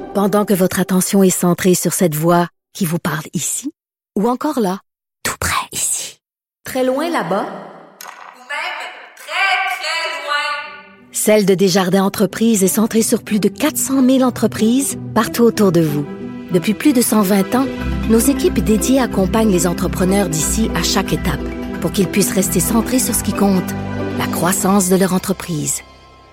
Pendant que votre attention est centrée sur cette voix qui vous parle ici, ou encore là, tout près ici, très loin là-bas, ou même très, très loin. Celle de Desjardins Entreprises est centrée sur plus de 400 000 entreprises partout autour de vous. Depuis plus de 120 ans, nos équipes dédiées accompagnent les entrepreneurs d'ici à chaque étape pour qu'ils puissent rester centrés sur ce qui compte, la croissance de leur entreprise.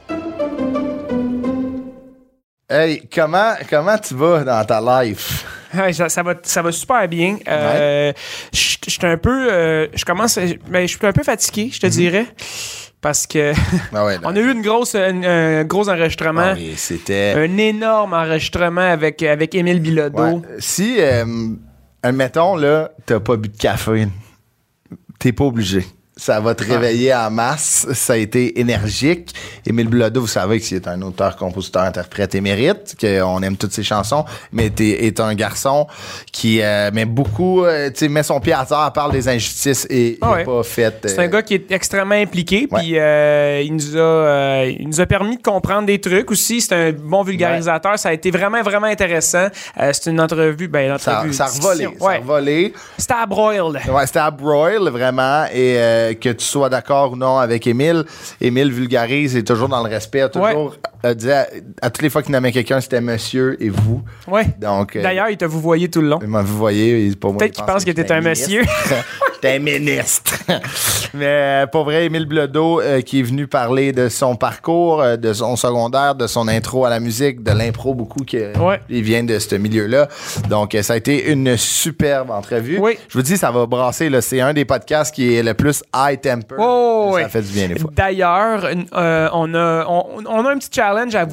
Hey, comment tu vas dans ta life? Ouais, ça va super bien. Je suis un peu... je suis un peu fatigué, je te dirais. Parce que on a eu un gros enregistrement. Ah oui, c'était... Un énorme enregistrement avec Émile Bilodeau. Ouais. Si, admettons, là, t'as pas bu de café, t'es pas obligé. Ça va te réveiller en masse. Ça a été énergique. Émile Bilodeau, vous savez qu'il est un auteur, compositeur, interprète émérite, qu'on aime toutes ses chansons, mais est un garçon qui met beaucoup, met son pied à terre, parle des injustices et il n'est pas fait... C'est un gars qui est extrêmement impliqué, puis il nous a permis de comprendre des trucs aussi. C'est un bon vulgarisateur. Ouais. Ça a été vraiment, vraiment intéressant. C'est une entrevue... Ça a revolé. C'était à broil. Ouais, c'était à broil, vraiment, et... que tu sois d'accord ou non avec Émile. Émile vulgarise, est toujours dans le respect, toujours disait à toutes les fois qu'il nommait quelqu'un, c'était monsieur et vous. Oui. Donc, d'ailleurs, il t'a vous voyé tout le long. Il m'a vous voyez, pour moi. Peut-être qu'il pense que t'es un monsieur. T'es un ministre. Mais pour vrai, Émile Bilodeau qui est venu parler de son parcours, de son secondaire, de son intro à la musique, de l'impro beaucoup, il vient de ce milieu-là. Donc, ça a été une superbe entrevue. Oui. Je vous dis, ça va brasser. Là. C'est un des podcasts qui est le plus high temper. Ça fait du bien des fois. D'ailleurs, on a un petit challenge à vous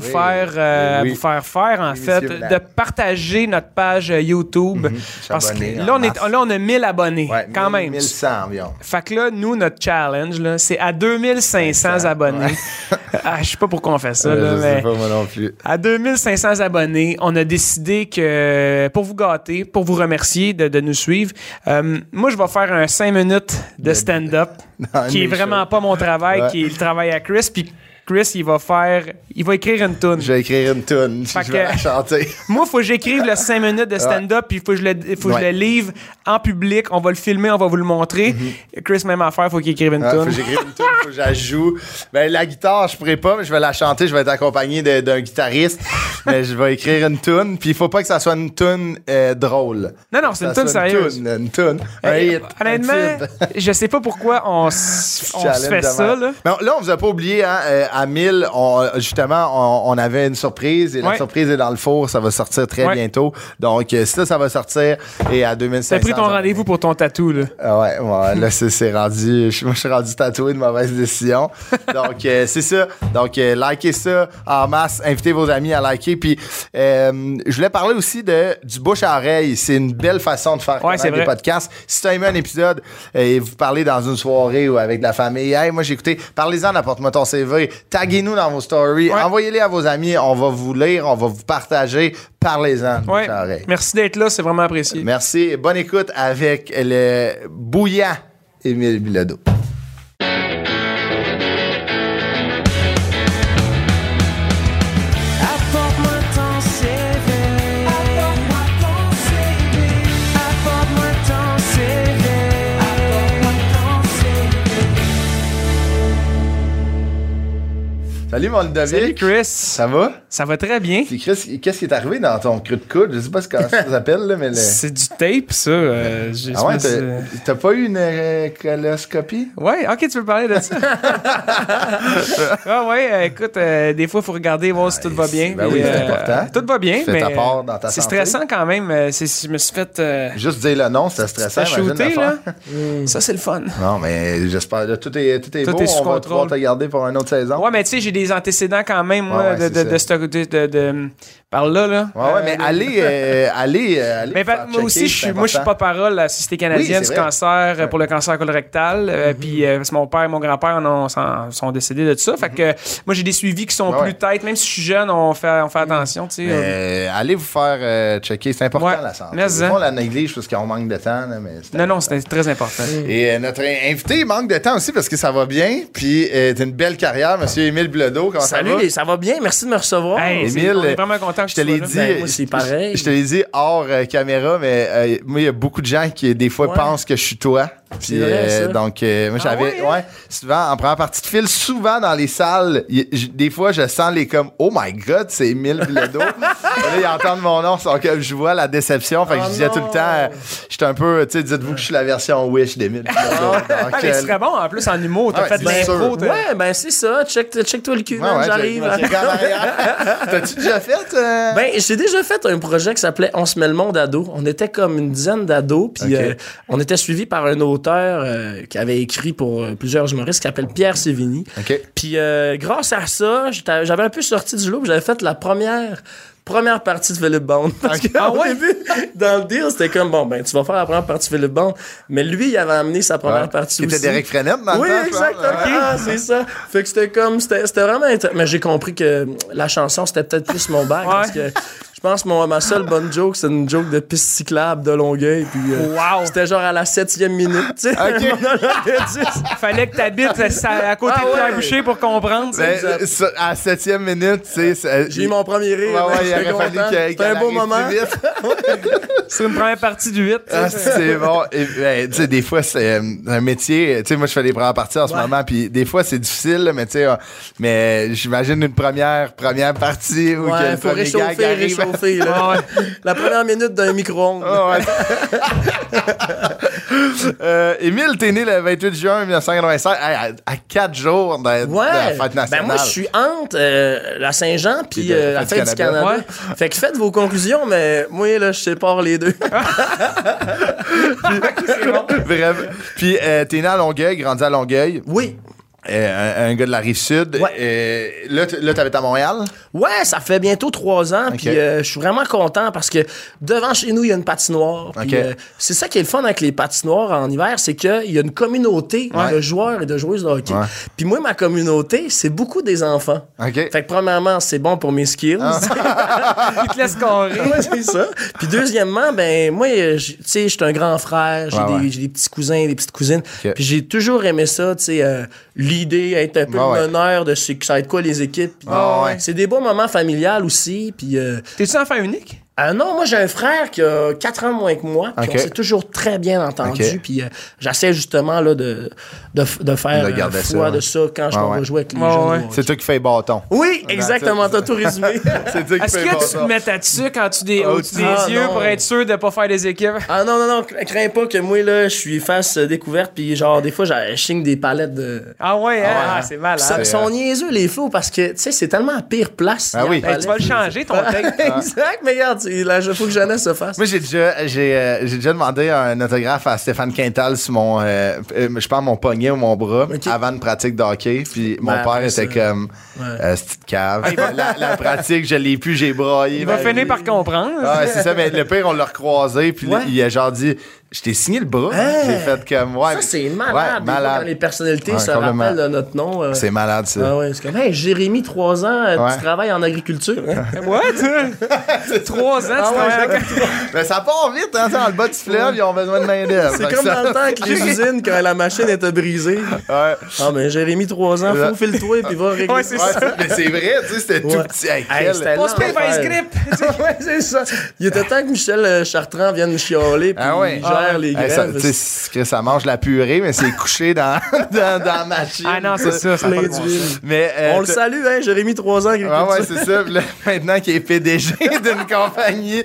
faire en fait, de partager notre page YouTube. Parce que là, on a 1000 abonnés, quand même. 1100 environ. Fait que là, nous, notre challenge, là, c'est à 2500 abonnés. Je sais pas pourquoi on fait ça. Je sais pas, moi non plus. À 2500 abonnés, on a décidé que, pour vous gâter, pour vous remercier de nous suivre, moi, je vais faire un 5 minutes de stand-up, qui est vraiment pas mon travail, qui est le travail à Chris, puis Chris, il va écrire une toune. Je vais écrire une toune. Je vais la chanter. Moi, il faut que j'écrive le 5 minutes de stand-up, puis il faut que je le livre en public. On va le filmer, on va vous le montrer. Chris, même affaire, il faut qu'il écrive une toune. Faut que j'écrive une toune, faut que j'ajoute. Ben, la guitare, je pourrais pas, mais je vais la chanter. Je vais être accompagné d'un guitariste. Mais je vais écrire une toune, puis il faut pas que ça soit une toune drôle. Non, c'est une toune sérieuse. Une toune. Honnêtement, je sais pas pourquoi on se fait ça. Là. Mais là, on vous a pas oublié, hein, à 1000, on avait une surprise et la surprise est dans le four. Ça va sortir très bientôt. Donc, ça va sortir et à 2500. T'as pris ton rendez-vous pour ton tatou, là. Là, c'est rendu... Moi, je suis rendu tatoué de mauvaise décision. Donc, c'est ça. Donc, likez ça en masse. Invitez vos amis à liker. Puis, je voulais parler aussi du bouche à oreille. C'est une belle façon de faire connaître des podcasts. Si tu as aimé un épisode et vous parlez dans une soirée ou avec la famille, hey, moi, j'ai écouté, parlez-en, apporte-moi ton CV. Taguez-nous dans vos stories. Envoyez-les à vos amis. On va vous lire. On va vous partager. Parlez-en. Merci d'être là. C'est vraiment apprécié. Merci. Bonne écoute avec le bouillant Émile Bilodeau. Salut mon Ludovic. Salut Chris. Ça va? Ça va très bien. Puis Chris, qu'est-ce qui est arrivé dans ton creux de coude? Je sais pas comment ça s'appelle, là, mais... C'est du tape, ça. T'as pas eu une coloscopie? Ouais, ok, tu veux parler de ça? Écoute, des fois, il faut regarder, voir si tout va bien. Ben oui, c'est important. Tout va bien, mais ta part dans ta c'est santé. Stressant quand même. Je me suis fait... Juste dire le nom, c'était stressant. Shooter, là. Ça, c'est le fun. Non, mais j'espère, là, tout est beau. Est sous on va contrôle. pouvoir te garder pour une autre saison. Ouais, mais tu sais, j'ai des antécédents quand même, moi, par là. Mais allez. Moi aussi, je suis porte-parole à la Société canadienne du cancer pour le cancer colorectal. Puis mon père et mon grand-père sont décédés de ça. Fait que moi, j'ai des suivis qui sont plus têtes. Même si je suis jeune, on fait attention. Allez vous faire checker. C'est important, la santé. On la néglige parce qu'on manque de temps. Là, mais non, c'est très important. Et notre invité manque de temps aussi parce que ça va bien. Puis t'as une belle carrière, M. Émile Bilodeau. Bilodeau, comment ça va? Salut, ça va bien, merci de me recevoir. Hey, Émile, on est vraiment content que je te tu sois l'ai là. dit. Ben, moi, c'est pareil. Je te l'ai dit hors caméra, mais moi, il y a beaucoup de gens qui, des fois, Ouais. pensent que je suis toi. Puis, vrai, ça. donc, moi, j'avais, ouais? souvent, en première partie de fil, souvent dans les salles, des fois, je sens les comme, oh my God, c'est Émile Bilodeau. Là, ils entendent mon nom, je vois la déception. Fait que je disais tout le temps, j'étais un peu, tu sais, dites-vous que je suis la version Wish d'Émile Bilodeau. Ah, mais c'est très bon en plus en humour. T'as fait de c'est l'impro. sûr. Ouais, ben c'est ça. Check-toi le cul, man, j'arrive. T'as-tu déjà fait? Ben, j'ai déjà fait un projet qui s'appelait On se met le monde à dos. On était comme une dizaine d'ados, puis Ok. on était suivi par un auteur qui avait écrit pour plusieurs humoristes qui s'appelle Pierre Sévigny. OK. Puis grâce à ça, j'avais un peu sorti du lot, puis j'avais fait la première partie de Philippe Bond. Parce que, au début, dans le deal, c'était comme, bon, ben, tu vas faire la première partie de Philippe Bond. Mais lui, il avait amené sa première partie aussi. C'était Derek Frenette dans Oui, le temps, exactement. Ah, c'est ça. Fait que c'était comme, c'était vraiment mais j'ai compris que la chanson, c'était peut-être plus mon bac. Parce que je pense que ma seule bonne joke, c'est une joke de piste cyclable de Longueuil. Puis, Wow. c'était genre à la 7e minute, tu sais. Fallait que t'habites à côté de Pierre Boucher pour comprendre. Ça. Ben, à la 7e minute, tu sais. J'ai eu mon premier rire. Ouais, il j'étais aurait fallu content. qu'il C'était un beau arrive moment. plus vite. C'est une première partie du 8. Ah, c'est bon. Et, ben, tu sais, des fois, c'est un métier. Tu sais, moi, je fais les premières parties en ce moment, puis des fois, c'est difficile, mais tu sais, mais j'imagine une première partie où Ouais, le faut premier gag arrive. réchauffer. Là. La première minute d'un micro-ondes. Ah, ouais. Émile, t'es né le 28 juin 1995, à 4 jours de la fête nationale. Ben moi, je suis entre la Saint-Jean puis Puis la fête du Canada. Ouais. Fait que faites vos conclusions, mais moi, là, je sépare les deux. Bref. Puis t'es né à Longueuil, grandi à Longueuil. Oui. Un gars de la Rive-Sud. Là, t'habites à Montréal? Ouais, ça fait bientôt 3 ans, puis je suis vraiment content parce que devant chez nous, il y a une patinoire. Puis c'est ça qui est le fun avec les patinoires en hiver, c'est qu'il y a une communauté de joueurs et de joueuses de hockey. Ouais. Puis moi, ma communauté, c'est beaucoup des enfants. Fait que premièrement, c'est bon pour mes skills. Il te laisse carrer. Ouais, c'est ça. Puis deuxièmement, ben moi, tu sais, je suis un grand frère, j'ai des petits cousins, des petites cousines. Puis j'ai toujours aimé ça, tu sais, l'idée, être un peu le meneur de ce que ça va être quoi les équipes. C'est des beaux moments familiales aussi. Puis t'es-tu enfant unique? Non, moi j'ai un frère qui a 4 ans moins que moi. Puis on s'est toujours très bien entendu. Puis j'essaie justement là, de faire foi de ça quand je vais jouer avec les jeunes. C'est toi qui fais bâton. Oui, exactement, t'as tout résumé. C'est toi qui Est-ce fais que bâton. tu te mets là-dessus quand tu des yeux pour être sûr de ne pas faire des équipes? Ah non, crains pas que moi là, je suis face découverte puis genre des fois je signe des palettes de... Ah ouais, hein? C'est malade. Ils sont niaiseux les faux parce que tu sais c'est tellement à pire place. Ah oui. Tu vas le changer ton texte. Exact, mais regarde, il faut que Jeannette se fasse. Moi, j'ai déjà demandé un autographe à Stéphane Quintal sur mon, je pense, mon poignet ou mon bras avant une pratique de hockey. Puis mon père était comme, petite cave. La pratique, je l'ai plus, j'ai braillé. Il va finir par comprendre. Ah, c'est ça, mais le pire, on l'a recroisé. Puis il a genre dit, je t'ai signé le bras. J'ai fait comme, ça, c'est malade. Des fois, quand les personnalités se rappellent de notre nom. C'est malade, ça. Ah ouais, c'est comme, hey, Jérémy, 3 ans, tu travailles en agriculture. What? 3 ans, tu travailles en Mais ça part vite, hein, dans le bas du fleuve, ils ont besoin de main-d'œuvre. C'est comme dans le temps avec les usines, quand la machine était brisée. Ah, mais Jérémy, 3 ans, faut file-toi, puis va régler. Ouais, c'est ça. Mais c'est vrai, tu sais, c'était tout petit. On se paye vice grip. Ouais, c'est ça. Il était temps que Michel Chartrand vienne nous chialer, puis il gère les grèves. Tu sais, ça mange la purée, mais c'est couché dans la machine. Ah non, c'est ça. Plein d'huile. Mais, on le salue, hein, Jérémy, 3 ans, agriculture. Ouais, c'est ça. Là, maintenant qu'il est PDG d'une compagnie,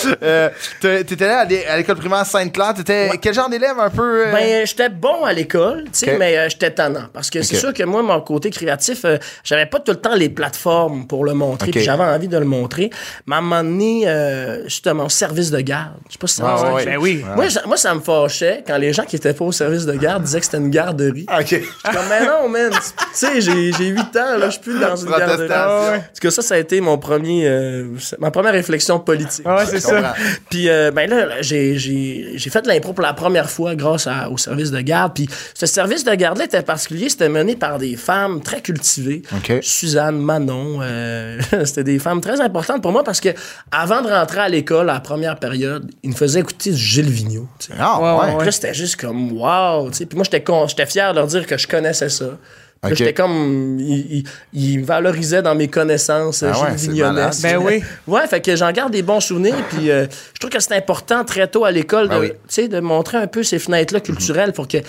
t'étais là à l'école primaire Sainte-Claire. T'étais quel genre d'élève un peu? Ben, j'étais bon à l'école, tu sais, mais j'étais tannant. Parce que c'est sûr que moi, mon côté créatif, j'avais pas tout le temps les plateformes pour le montrer, puis j'avais envie de le montrer. Mais à un moment donné, justement, au service de garde. Je sais pas si ça va. Ben oui. Moi, ça me fâchait quand les gens qui étaient pas au service de garde disaient que c'était une garderie. OK. Je suis comme, mais non, man. Tu sais, j'ai 8 ans, là, je suis plus dans une garderie. Parce que ça a été ma première réflexion politique. Ouais, c'est ça. Puis, ben là, j'ai fait de l'impro pour la première fois grâce au service de garde. Puis, ce service de garde-là était particulier. C'était mené par des femmes très cultivées. Okay. Suzanne, Manon. C'était des femmes très importantes pour moi parce que avant de rentrer à l'école, à la première période, ils me faisaient écouter du Gilles Vigneault. Ah, ouais. Puis là, c'était juste comme wow. Puis moi, j'étais fier de leur dire que je connaissais ça. Okay. J'étais comme... Il valorisait dans mes connaissances Gilles Vignonès. Ben oui. Ouais, fait que j'en garde des bons souvenirs. Puis je trouve que c'est important très tôt à l'école de montrer un peu ces fenêtres-là culturelles pour que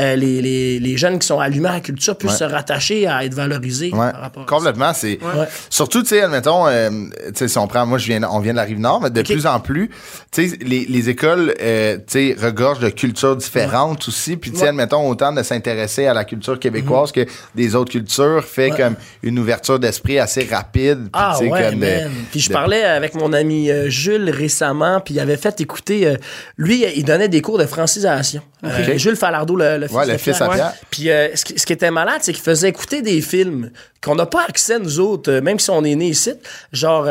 les jeunes qui sont allumés à la culture puissent se rattacher à être valorisés par rapport à complètement. C'est surtout, tu sais, admettons, si on prend, moi, on vient de la Rive-Nord, mais de plus en plus, tu sais, les écoles, tu sais, regorgent de cultures différentes aussi. Puis, tu sais, admettons, autant de s'intéresser à la culture québécoise que des autres cultures fait comme une ouverture d'esprit assez rapide. Puis, puis je parlais avec mon ami Jules récemment, puis il avait fait écouter, lui, il donnait des cours de francisation. Jules Falardeau, le fils de Pierre. Puis ce qui était malade, c'est qu'il faisait écouter des films qu'on n'a pas accès, nous autres, même si on est nés ici, genre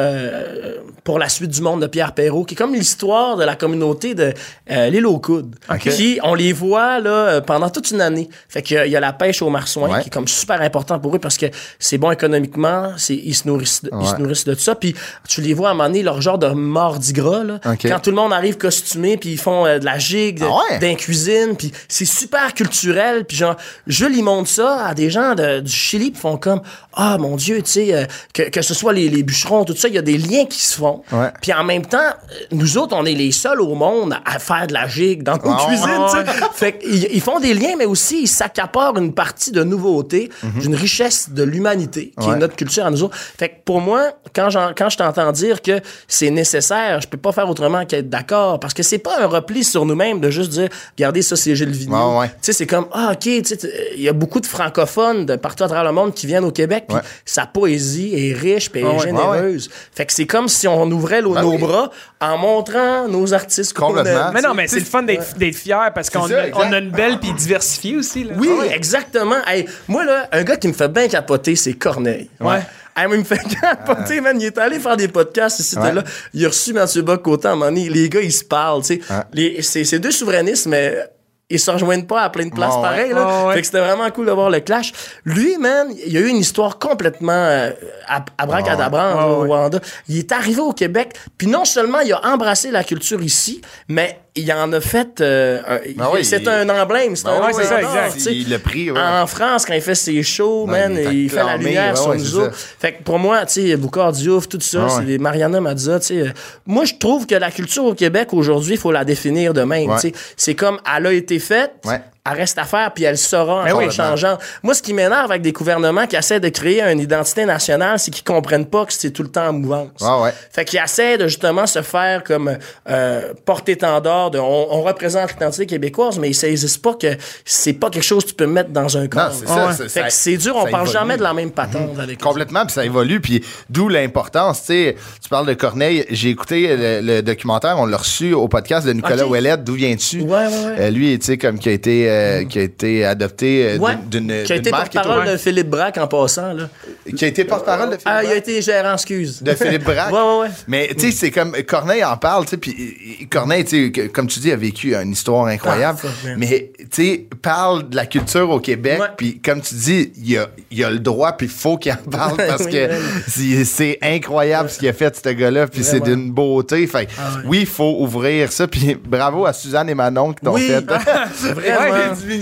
Pour la suite du monde de Pierre Perrault, qui est comme l'histoire de la communauté de l'île aux Coudes. Puis on les voit là, pendant toute une année. Fait qu'il y a la pêche aux marsouins, qui est comme super important pour eux parce que c'est bon économiquement, ils se nourrissent de tout ça. Puis tu les vois à un moment donné, leur genre de mardi gras, là, quand tout le monde arrive costumé, puis ils font de la gigue, d'un cuisine, puis c'est super culturel. Puis genre, Jules, il montre ça à des gens du Chili, puis font comme ah mon Dieu, tu sais, que ce soit les bûcherons, tout ça, il y a des liens qui se font. Puis en même temps, nous autres, on est les seuls au monde à faire de la gigue dans nos cuisines, tu sais. Fait qu'ils font des liens, mais aussi ils s'accaparent une partie de nouveauté, d'une richesse de l'humanité, qui est notre culture à nous autres. Fait que pour moi, quand je t'entends dire que c'est nécessaire, je peux pas faire autrement qu'être d'accord, parce que c'est pas un repli sur nous-mêmes de juste dire, regardez, ça c'est Gilles Vigneault. Tu sais, c'est comme, OK, tu sais, il y a beaucoup de francophones de partout à travers le monde qui viennent au Québec, puis sa poésie est riche, puis est généreuse. Fait que c'est comme si on ouvrait nos bras en montrant nos artistes qu'on aime. Mais non, mais c'est le fun d'être fier parce qu'on a une belle puis diversifiée aussi. Là. Oui, exactement. Hey, moi, là, un gars qui me fait bien capoter, c'est Corneille. Hey, il me fait capoter, man. Il est allé faire des podcasts ici, là. Il a reçu Mathieu Bock-Côté à un moment donné. Les gars, ils se parlent, tu sais. C'est deux souverainistes, mais ils se rejoignent pas à plein de places pareilles, là. Fait que c'était vraiment cool de voir le clash. Lui, man, il a eu une histoire complètement abracadabra au Rwanda. Il est arrivé au Québec, puis non seulement il a embrassé la culture ici, mais il en a fait c'est un emblème, c'est un c'est ça, exact. Il l'a pris en France quand il fait ses shows, man, il fait la lumière sur nous autres. Fait que pour moi, tu sais, Boucard Diouf, tout ça, c'est des Mariana Mazza, tu sais. Moi, je trouve que la culture au Québec aujourd'hui, il faut la définir de même, tu sais. C'est comme elle a été faite. Elle reste à faire, puis elle sera en changeant. Moi, ce qui m'énerve avec des gouvernements qui essaient de créer une identité nationale, c'est qu'ils comprennent pas que c'est tout le temps en mouvance. Fait qu'ils essaient de justement se faire comme porte-étendard de on représente l'identité québécoise, mais ils saisissent pas que c'est pas quelque chose que tu peux mettre dans un corps. Non, c'est ça. Fait que c'est dur, on parle jamais de la même patente avec complètement, puis ça évolue, puis d'où l'importance. Tu sais, tu parles de Corneille, j'ai écouté le documentaire, on l'a reçu au podcast de Nicolas Ouellette, D'où viens-tu? Lui, tu sais, comme qui a été adopté d'une qui a été porte-parole de Philippe Braque en passant, là. Qui a été porte-parole de Philippe Braque? Il a été gérant, excuse. De Philippe Braque? Mais, tu sais, c'est comme Corneille en parle, tu sais, puis Corneille, tu sais, comme tu dis, a vécu une histoire incroyable, mais, tu sais, parle de la culture au Québec, puis comme tu dis, il a le droit, puis il faut qu'il en parle, parce que c'est incroyable ce qu'il a fait, ce gars-là, puis c'est d'une beauté. Fait oui, il faut ouvrir ça, puis bravo à Suzanne et Manon qui t'ont fait. Vraiment.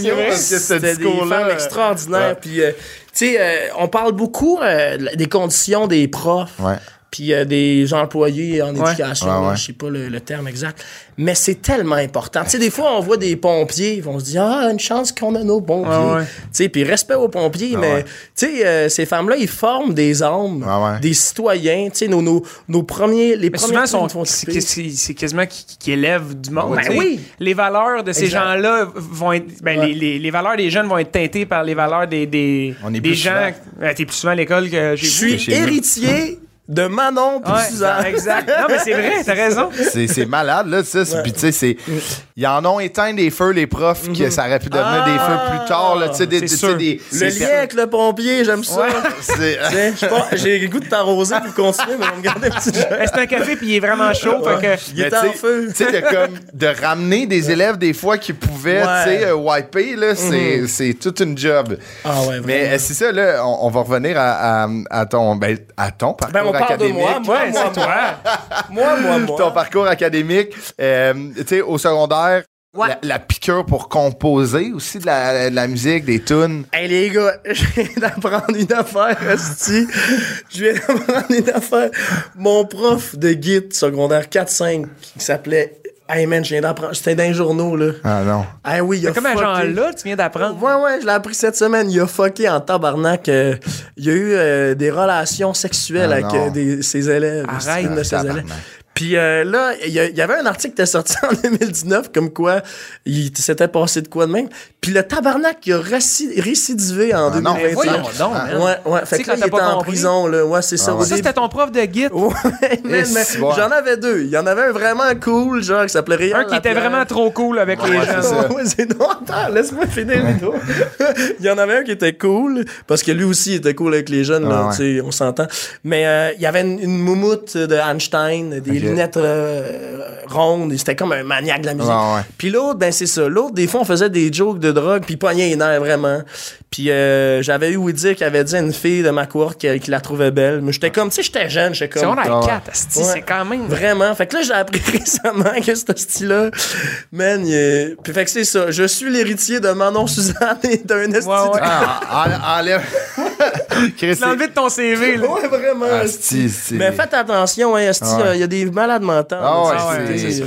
C'était des femmes extraordinaires. Puis, tu sais, on parle beaucoup des conditions des profs. Puis des employés en éducation, je sais pas le terme exact, mais c'est tellement important. Tu sais, des fois, on voit des pompiers, ils vont se dire « Ah, une chance qu'on a nos pompiers. Tu sais, puis respect aux pompiers, mais tu sais, ces femmes-là, ils forment des hommes, des citoyens, tu sais, les premiers... Mais souvent, c'est quasiment qui élèvent du monde. Les valeurs de ces gens-là vont être... les valeurs des jeunes vont être teintées par les valeurs des gens... T'es plus souvent à l'école que j'ai vu. Je suis héritier de Manon puis Suzanne. Exact. Non, mais c'est vrai, t'as raison. C'est malade, là, ça. Puis, tu sais, ils en ont éteint des feux, les profs, que ça aurait pu devenir des feux plus tard, là. Tu sais, le lien avec le pompier, j'aime ça. J'ai le goût de t'arroser pour continuer, mais on me garder un petit jeu. C'est un café, puis il est vraiment chaud. Il est en feu. Tu sais, de ramener des élèves, des fois, qui pouvaient, tu sais, wiper, là, c'est toute une job. Mais c'est ça, là, on va revenir à ton parcours académique. Moi. Ton parcours académique, tu sais, au secondaire, la piqûre pour composer aussi de la musique, des tunes. Hey les gars, je viens d'apprendre une affaire, esti. Mon prof de guide secondaire 4-5 qui s'appelait... Hey man, je viens d'apprendre. C'était dans les journaux, là. Ah non. Ah oui, il a comme un genre là, tu viens d'apprendre. Ouais, je l'ai appris cette semaine. Il a fucké en tabarnak. Il y a eu des relations sexuelles avec ses élèves. Arrête. Une de ses élèves. Puis là, il y avait un article qui était sorti en 2019, comme quoi il s'était passé de quoi de même. Puis le tabarnak, il a récidivé en 2021. Ouais. Fait que là, il était en prison, là. Ouais, c'est ça. Ça, c'était ton prof de guide? Ouais, mais j'en avais deux. Il y en avait un vraiment cool, genre, qui s'appelait Réal Un qui était vraiment trop cool avec les gens. Non, attends, laisse-moi finir les dos. Il y en avait un qui était cool, parce que lui aussi, il était cool avec les jeunes, là, tu sais, on s'entend. Mais il y avait une moumoute de Einstein, des lunettes rondes, c'était comme un maniaque de la musique. Puis l'autre, ben c'est ça. L'autre, des fois, on faisait des jokes de drogue, puis il pognait les nerfs, vraiment. Puis j'avais eu Woody qui avait dit à une fille de ma cour qu'il la trouvait belle. Mais j'étais comme, tu sais, j'étais jeune, j'étais comme... C'est on a 4, c'est quand même... Vraiment. Fait que là, j'ai appris récemment que ce style-là, man, puis fait que c'est ça. Je suis l'héritier de Manon Suzanne et d'un esti... Enlève... Tu l'as enlevé de ton CV, là. Ouais, vraiment. Mais faites attention, hein, esti, il y a des malades mentales. Tu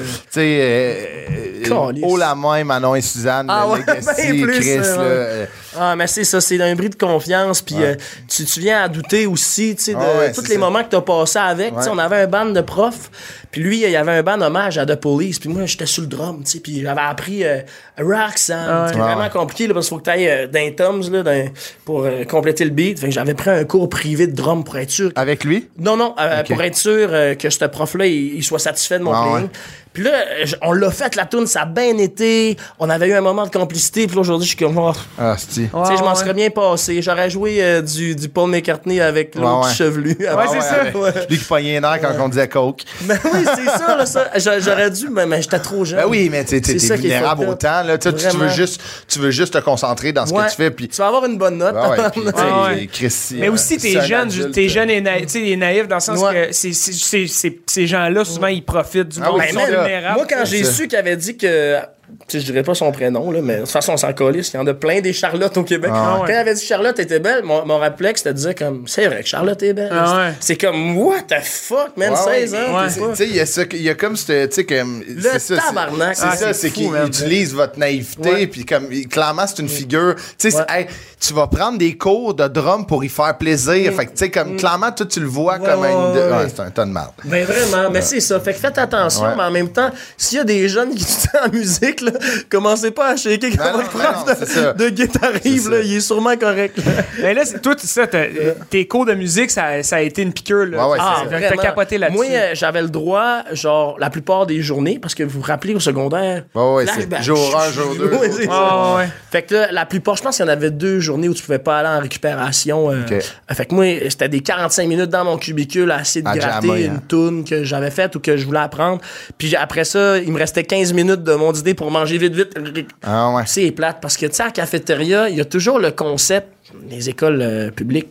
sais, haut la main, Manon et Suzanne, Chris, mais c'est ça, c'est un bris de confiance, puis tu viens à douter aussi, tu sais, de tous les moments que t'as passés avec. Tu sais, on avait un band de profs, puis lui, il y avait un band hommage à The Police, puis moi, j'étais sur le drum, tu sais, puis j'avais appris Roxanne. C'était vraiment compliqué, là, parce qu'il faut que t'ailles d'un Toms, là, pour compléter le beat. Fait que j'avais pris un cours privé de drum pour être sûr. Avec lui? Non, pour être sûr que ce prof-là, il soit satisfait de mon playing. Puis là, on l'a fait, la tourne, ça a bien été. On avait eu un moment de complicité. Puis là, aujourd'hui, je suis comme... Tu sais, je m'en serais bien passé. J'aurais joué du Paul McCartney avec l'autre chevelu. C'est ça. Lui qui pognait les nerfs quand on disait coke. Ben oui, c'est ça, là, ça. J'aurais dû, mais j'étais trop jeune. Ben oui, mais t'es vulnérable au temps, là. Tu veux juste te concentrer dans ce que tu fais. Puis... Tu vas avoir une bonne note. Mais aussi, t'es jeune et naïf dans le sens que ces gens-là, souvent, ils profitent du monde. Moi, quand j'ai su qu'il avait dit que... Je dirais pas son prénom, là, mais de toute façon, on s'en calisse. Il y en a plein des Charlotte au Québec. Quand il avait dit Charlotte était belle, mon réflexe, c'était de dire comme, c'est vrai que Charlotte est belle. C'est comme, what the fuck, man, 16 ans. Tu sais, il y a comme ce, tu sais, comme... Le tabarnak. C'est ça, c'est qu'il utilise votre naïveté, puis comme, clairement, c'est une figure... Tu sais, tu vas prendre des cours de drum pour y faire plaisir. Fait que, tu sais, comme, clairement, toi, tu le vois comme c'est un ton de mal. Ben vraiment, mais c'est ça. Fait que faites attention, mais en même temps, s'il y a des jeunes qui étudient en musique, là, commencez pas à shaker quand votre prof de guitare arrive, là, il est sûrement correct. Mais là, toi, tes cours de musique, ça a été une piqûre. Là. T'as capoté là-dessus. Moi, j'avais le droit, genre, la plupart des journées, parce que vous vous rappelez au secondaire. C'est jour 1, jour 2. Fait que là, la plupart, je pense qu'il y en avait 2 journées où tu pouvais pas aller en récupération. Fait que moi, c'était des 45 minutes dans mon cubicule à essayer de gratter une toune que j'avais faite ou que je voulais apprendre. Puis après ça, il me restait 15 minutes de mon idée pour manger vite. C'est plate parce que, tu sais, à la cafétéria, il y a toujours le concept, les écoles publiques,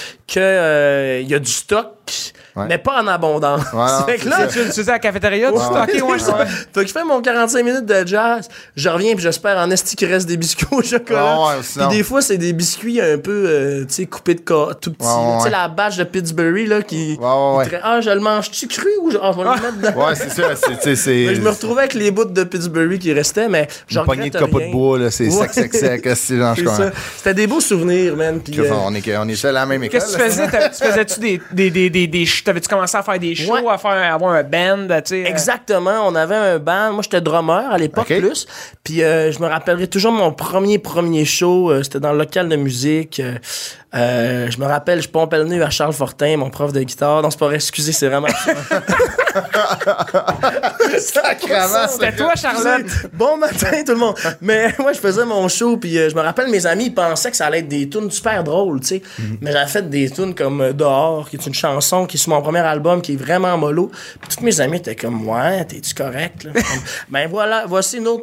que il y a du stock, mais pas en abondance. Fait que là, tu faisais à la cafétéria, tu stockais, Fait que je fais mon 45 minutes de jazz, je reviens puis j'espère en esti qu'il reste des biscuits au chocolat. Puis des fois, c'est des biscuits un peu, tu sais, coupés de tout petit. Tu sais, la bâche de Pittsburgh, là, qui... je le mange-tu cru ou je vais le mettre dedans? C'est ça, c'est... Je me retrouvais avec les bouts de Pittsburgh qui restaient, mais je regrette rien. Une poignée de copeaux de bois, là, c'est sec, C'était des beaux souvenirs, man. On est seul à la même école. Qu'est-ce que tu faisais? Faisais-tu des t'avais-tu commencé à faire des shows, à avoir un band, tu sais? Exactement, on avait un band. Moi, j'étais drummer à l'époque plus. Puis je me rappellerai toujours mon premier show. C'était dans le local de musique. Je me rappelle, je pompais le nez à Charles Fortin, mon prof de guitare. Non, c'est pas vrai, excusez, c'est vraiment... Sacrément, c'était toi, Charlotte. Bon matin, tout le monde. Mais moi, je faisais mon show, puis je me rappelle, mes amis, ils pensaient que ça allait être des tunes super drôles, tu sais. Mais j'avais fait des tunes comme Dehors, qui est une chanson qui est sur mon premier album, qui est vraiment mollo. Puis tous mes amis étaient comme, ouais, t'es-tu correct, là? Ben voilà, voici une autre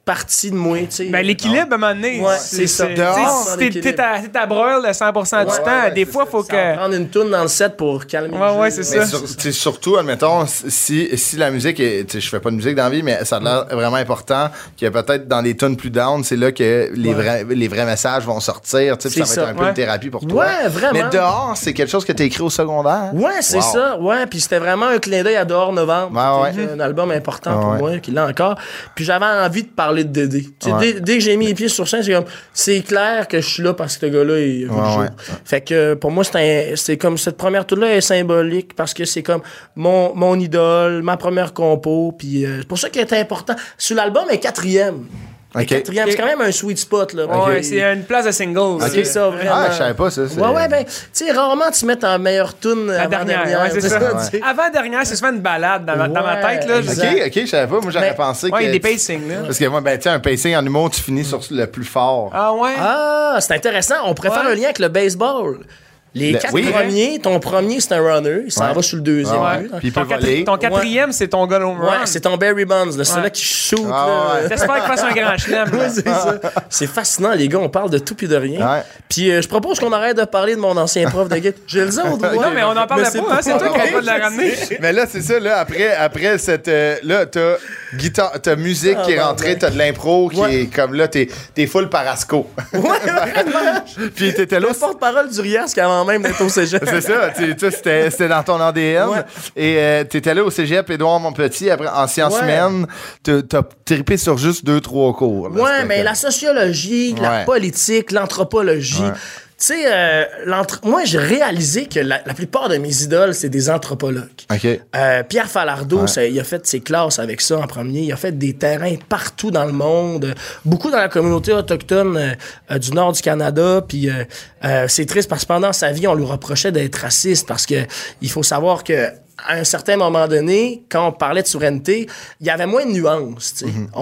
partie de moi, tu sais. Ben, l'équilibre, à un moment donné. Ouais, c'est ça. Si t'es à broil 100% du temps, des fois, il faut que... Ça va prendre une toune dans le set pour calmer le jeu. Ouais, c'est ça. Surtout, admettons, si la musique est... Je fais pas de musique dans la vie, mais ça a l'air vraiment important que peut-être dans les tunes plus down, c'est là que les vrais messages vont sortir. Ça va être un peu une thérapie pour toi. Ouais, vraiment. Mais Dehors, c'est quelque chose que tu as écrit au secondaire. Ouais, c'est ça. Ouais, puis c'était vraiment un clin d'œil à Dehors Novembre. Un album important pour moi, qui l'a encore. Puis j'avais envie de parler de Dédé. Dès que j'ai mis les pieds sur scène, c'est clair que je suis là parce que ce gars-là est jour. Fait que pour moi, c'est comme cette première tour-là est symbolique parce que c'est comme mon idole, ma première compo. Puis c'est pour ça qu'il est important. Sur l'album, elle est 4e. Quatrième, c'est quand même un sweet spot, là. Ouais, c'est une place de single. C'est ça, vraiment. Ah, je savais pas ça. Ouais, ben, tu sais, rarement tu mets en meilleure tune avant-dernière. Ouais, c'est ça. Avant-dernière, c'est souvent une balade dans ma tête, là. Ok, je savais pas. Moi, j'aurais pensé que. Ouais, il y a des pacings, là. Parce que moi, ben, tu sais, un pacing en humour, tu finis sur le plus fort. Ah, ouais? Ah, c'est intéressant. On pourrait faire un lien avec le baseball. Les 4 premiers, ton premier, c'est un runner. Il s'en va sur le deuxième. Puis ton quatrième, c'est ton goal home run. Ouais, c'est ton Barry Bonds, celui-là qui shoot. J'espère qu'il fasse un grand chelem. C'est ça. C'est fascinant, les gars. On parle de tout puis de rien. Puis je propose qu'on arrête de parler de mon ancien prof de guitare. Je le dis au droit. Non, mais on en parle pas. C'est toi qui vas de la ramener. Mais là, c'est ça. Là, après cette... là, t'as guitare, t'as musique qui est rentrée, t'as de l'impro qui est comme là, t'es full Parasco. Ouais, vraiment. Puis t'étais là... Le porte-parole du Riasque avant même d'être au cégep. C'est ça, c'était dans ton ADN. Et t'étais là au cégep Édouard Montpetit, après en sciences humaines, t'as trippé sur juste 2-3 cours. Là, ouais, mais la sociologie, la politique, l'anthropologie... Tu sais, moi, j'ai réalisé que la plupart de mes idoles, c'est des anthropologues. Pierre Falardeau, il a fait ses classes avec ça en premier. Il a fait des terrains partout dans le monde, beaucoup dans la communauté autochtone du nord du Canada. Puis c'est triste parce que pendant sa vie, on lui reprochait d'être raciste parce que il faut savoir que à un certain moment donné, quand on parlait de souveraineté, il y avait moins de nuances.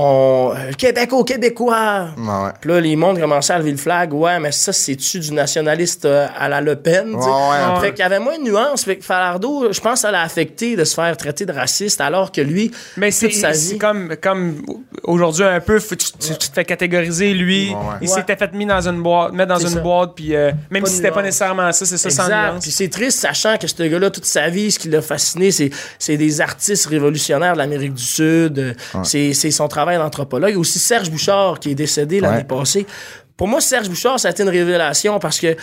Québec aux Québécois. Puis là, les mondes commençaient à lever le flag. Ouais, mais ça, c'est-tu du nationaliste à la Le Pen? Fait qu'il y avait moins de nuances. Fait que Falardeau, je pense que ça l'a affecté de se faire traiter de raciste alors que lui, mais c'est comme aujourd'hui un peu, tu te fais catégoriser, lui. Il s'était fait mettre dans une boîte, puis même si c'était pas nécessairement ça, c'est ça sans nuance. Puis c'est triste, sachant que ce gars-là, toute sa vie, ce qui l'a fasciné, c'est des artistes révolutionnaires de l'Amérique du Sud. C'est son travail d'anthropologue. Aussi Serge Bouchard, qui est décédé l'année passée. Pour moi, Serge Bouchard, ça a été une révélation parce que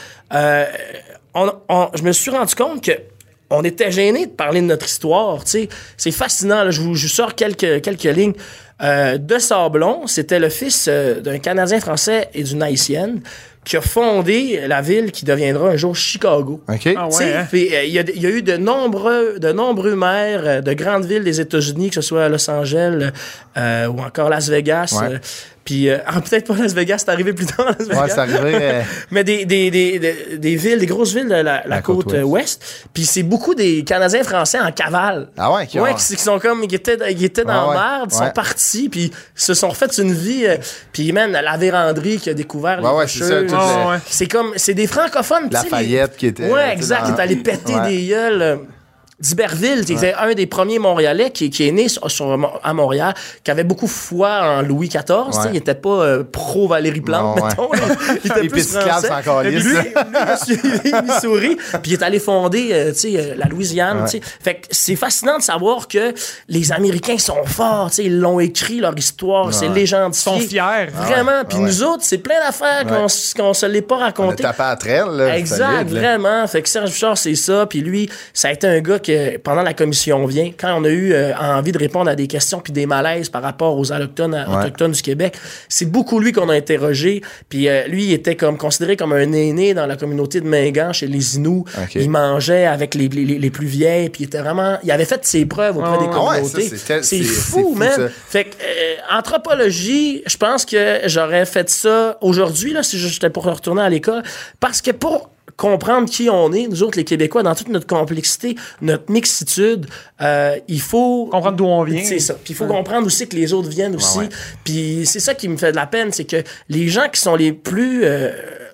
je me suis rendu compte que on était gênés de parler de notre histoire. C'est fascinant. Là. Je vous sors quelques lignes. De Sablon, c'était le fils d'un Canadien français et d'une Haïtienne qui a fondé la ville qui deviendra un jour Chicago. Il y a eu de nombreux maires de grandes villes des États-Unis, que ce soit Los Angeles ou encore Las Vegas. Puis, peut-être pas Las Vegas, c'est arrivé plus tard, Las Vegas. C'est arrivé. Mais des villes, des grosses villes de la côte ouest. Puis c'est beaucoup des Canadiens français en cavale. Qui sont comme, qui étaient dans la merde, ils sont partis, puis se sont refait une vie. Puis même la véranderie qui a découvert les rocheuses. C'est comme, c'est des francophones. Lafayette qui était. Ouais, exact, qui est allé péter des gueules. d'Iberville, c'était un des premiers Montréalais qui est né à Montréal, qui avait beaucoup foi en Louis XIV. Il n'était pas pro-Valérie Plante, mettons. Il était plus français. Lui, Missouri. Puis il est allé fonder la Louisiane. Fait que c'est fascinant de savoir que les Américains sont forts. Ils l'ont écrit, leur histoire. C'est légendifié. Ils sont fiers. Vraiment. Puis nous autres, c'est plein d'affaires qu'on se l'est pas raconté. On a tapé à traîne, là. Exact, vraiment. Fait que Serge Bouchard, c'est ça. Puis lui, ça a été un gars que pendant la commission vient, quand on a eu envie de répondre à des questions puis des malaises par rapport aux autochtones du Québec, c'est beaucoup lui qu'on a interrogé. Puis lui, il était comme considéré comme un aîné dans la communauté de Mingan chez les Inuits. Okay. Il mangeait avec les plus vieilles. Puis il avait fait ses preuves auprès des communautés. C'est fou, man. Fait que anthropologie, je pense que j'aurais fait ça aujourd'hui là, si j'étais pour retourner à l'école, parce que pour comprendre qui on est, nous autres les Québécois, dans toute notre complexité, notre mixitude, il faut comprendre d'où on vient. C'est ça. Puis il faut comprendre aussi que les autres viennent aussi. Puis c'est ça qui me fait de la peine, c'est que les gens qui sont les plus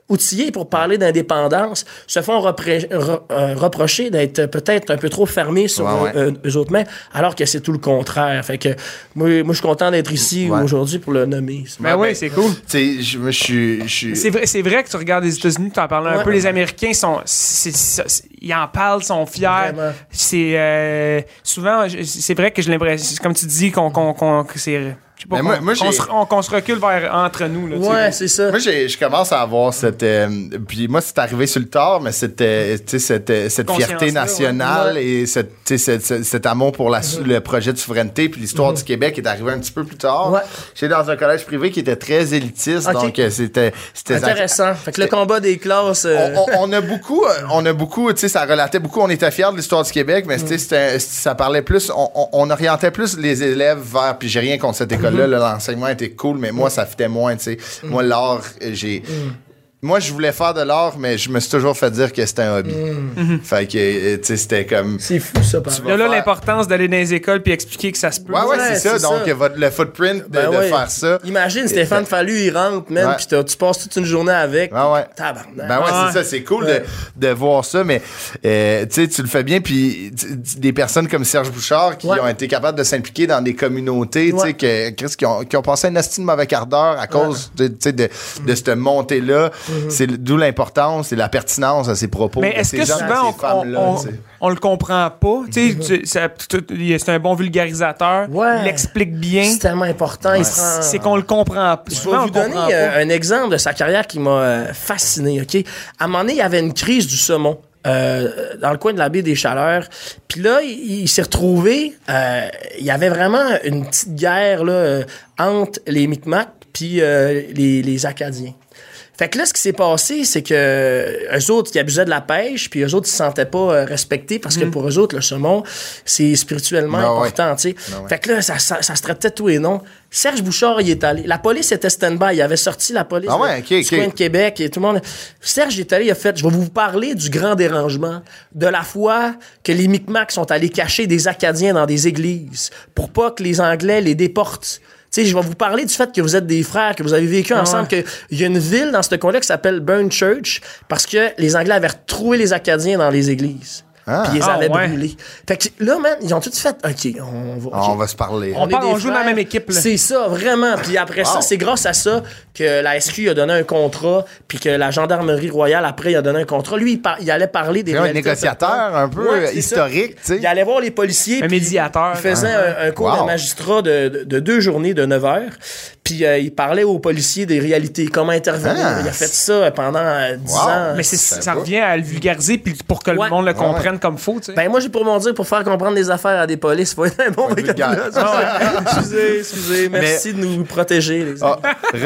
outillés pour parler d'indépendance se font reprocher d'être peut-être un peu trop fermés sur eux autres mêmes, alors que c'est tout le contraire. Fait que moi je suis content d'être ici aujourd'hui pour le nommer. Ben oui, c'est cool. C'est vrai que tu regardes les États-Unis, tu en parles un peu, les Américains ils en parlent, sont fiers. Vraiment. C'est souvent, c'est vrai que j'ai l'impression, comme tu dis, que c'est... qu'on se recule vers entre nous. Là, ouais, c'est ça. Moi, je commence à avoir cette... puis moi, c'est arrivé sur le tard, mais cette fierté nationale et cet amour pour le projet de souveraineté puis l'histoire du Québec est arrivé un petit peu plus tard. Ouais. J'étais dans un collège privé qui était très élitiste, donc c'était intéressant. Fait que le combat des classes... On a beaucoup, tu sais, ça relatait beaucoup, on était fiers de l'histoire du Québec, mais ça parlait plus, on orientait plus les élèves vers... Puis j'ai rien contre cette école. Là, l'enseignement était cool, mais moi, ça fitait moins, tu sais. Moi, l'art, Moi, je voulais faire de l'art, mais je me suis toujours fait dire que c'était un hobby. Fait que, tu sais, c'était comme... C'est fou, ça, par exemple. Là, l'importance d'aller dans les écoles puis expliquer que ça se peut. Ouais, c'est ça. Donc, le footprint de faire ça. Imagine, Stéphane Fallu, il rentre, man, puis tu passes toute une journée avec. Tabarnak. C'est ça. C'est cool de voir ça, mais, tu sais, tu le fais bien, puis des personnes comme Serge Bouchard qui ont été capables de s'impliquer dans des communautés, tu sais, qui ont passé un asti de mauvais quart d'heure à cause, de cette montée-là. C'est d'où l'importance et la pertinence de ces propos. Mais est-ce que souvent on le comprend pas? C'est un bon vulgarisateur. Il l'explique bien. C'est tellement important. C'est qu'on le comprend pas. Je vais vous donner un exemple de sa carrière qui m'a fasciné. Okay? À un moment donné, il y avait une crise du saumon. Dans le coin de la baie des Chaleurs. Puis là, il s'est retrouvé... il y avait vraiment une petite guerre là, entre les Micmacs puis les Acadiens. Fait que là, ce qui s'est passé, c'est que eux autres, qui abusaient de la pêche, puis eux autres, ils se sentaient pas respectés parce que pour eux autres, le saumon, c'est spirituellement important, tu sais. Fait que là, ça se traitait tout et non. Serge Bouchard, il est allé. La police était stand-by. Il avait sorti la police du coin de Québec et tout le monde. Serge est allé, il a fait, je vais vous parler du grand dérangement, de la fois que les Micmacs sont allés cacher des Acadiens dans des églises pour pas que les Anglais les déportent. Tu sais, je vais vous parler du fait que vous êtes des frères, que vous avez vécu ensemble, qu'il y a une ville dans ce coin-là qui s'appelle Burnchurch parce que les Anglais avaient retrouvé les Acadiens dans les églises. Puis ils les avaient brûlés. Fait que là, man, ils ont tout fait. OK, on va se parler. On joue dans la même équipe. C'est ça, vraiment. Puis après ça, c'est grâce à ça que la SQ a donné un contrat, puis que la Gendarmerie royale, après, il a donné un contrat. Lui, il allait parler des réalités. Un négociateur un peu historique, tu sais. Il allait voir les policiers. Un médiateur. Il faisait un cours de magistrat de 2 journées de 9 heures. Puis il parlait aux policiers des réalités, comment intervenir. Il a fait ça pendant 10 ans. Mais ça revient à le vulgariser puis pour que le monde le comprenne comme faut, tu sais. Ben moi, j'ai pour mon dire, pour faire comprendre des affaires à des polices, il faut être un bon vocabulaire. Excusez. Merci de nous protéger, les amis.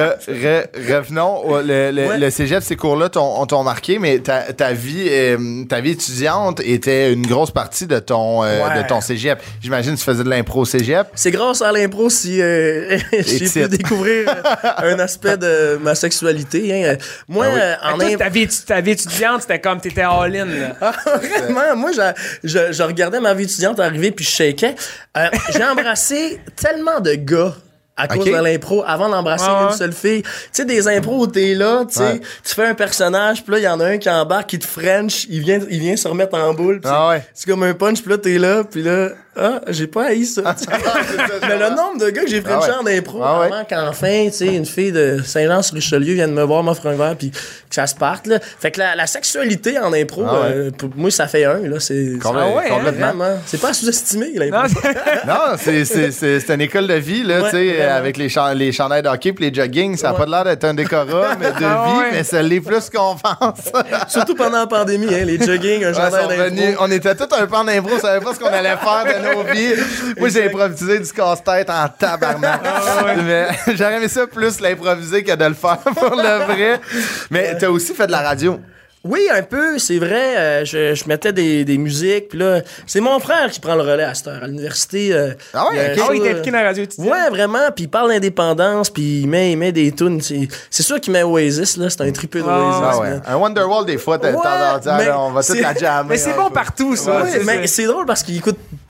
Revenons. Le cégep, ces cours-là t'ont marqué, mais ta vie étudiante était une grosse partie de ton cégep. J'imagine que tu faisais de l'impro au cégep. C'est grâce à l'impro si j'ai pu découvrir un aspect de ma sexualité. Hein. Moi, ta vie étudiante, c'était comme t'étais all-in. Vraiment, moi, je regardais ma vie étudiante arriver puis je shakeais. J'ai embrassé tellement de gars à cause de l'impro avant d'embrasser une seule fille. Tu sais, des impros où t'es là, tu sais, tu fais un personnage, puis là, il y en a un qui embarque, qui te French, il vient se remettre en boule. C'est comme un punch, puis là, t'es là, puis là, j'ai pas haï ça. Mais le nombre de gars que j'ai Frenché en impro avant qu'enfin, tu sais, une fille de Saint-Jean-sur-Richelieu vienne me voir, m'offre un verre, puis que ça se parte, là. Fait que la sexualité en impro, pour moi, ça fait là. C'est complètement. C'est pas à sous-estimer, l'impro. Non, c'est une école de vie, là, tu sais. Avec les chandails de hockey et les jogging, ça n'a pas l'air d'être un décorum de vie, mais ça l'est plus qu'on pense. Surtout pendant la pandémie, hein, les jogging, un chandail d'impro. On était tous un pan d'impro, on savait pas ce qu'on allait faire de nos vies. Moi, j'ai improvisé du casse-tête en tabarnak. Mais j'aurais aimé ça plus l'improviser que de le faire pour le vrai. Mais t'as aussi fait de la radio. Oui, un peu, c'est vrai. Je mettais des musiques, puis là, c'est mon frère qui prend le relais à cette heure, à l'université. Il est impliqué dans la radio étudiante. Ouais, vraiment, puis il parle d'indépendance, puis il met des tunes. C'est sûr qu'il met Oasis, là, c'est un triple d'Oasis. Un Wonderwall, des fois, t'as on va tout la jammer. Mais c'est bon partout, ça. Mais c'est drôle parce qu'il écoute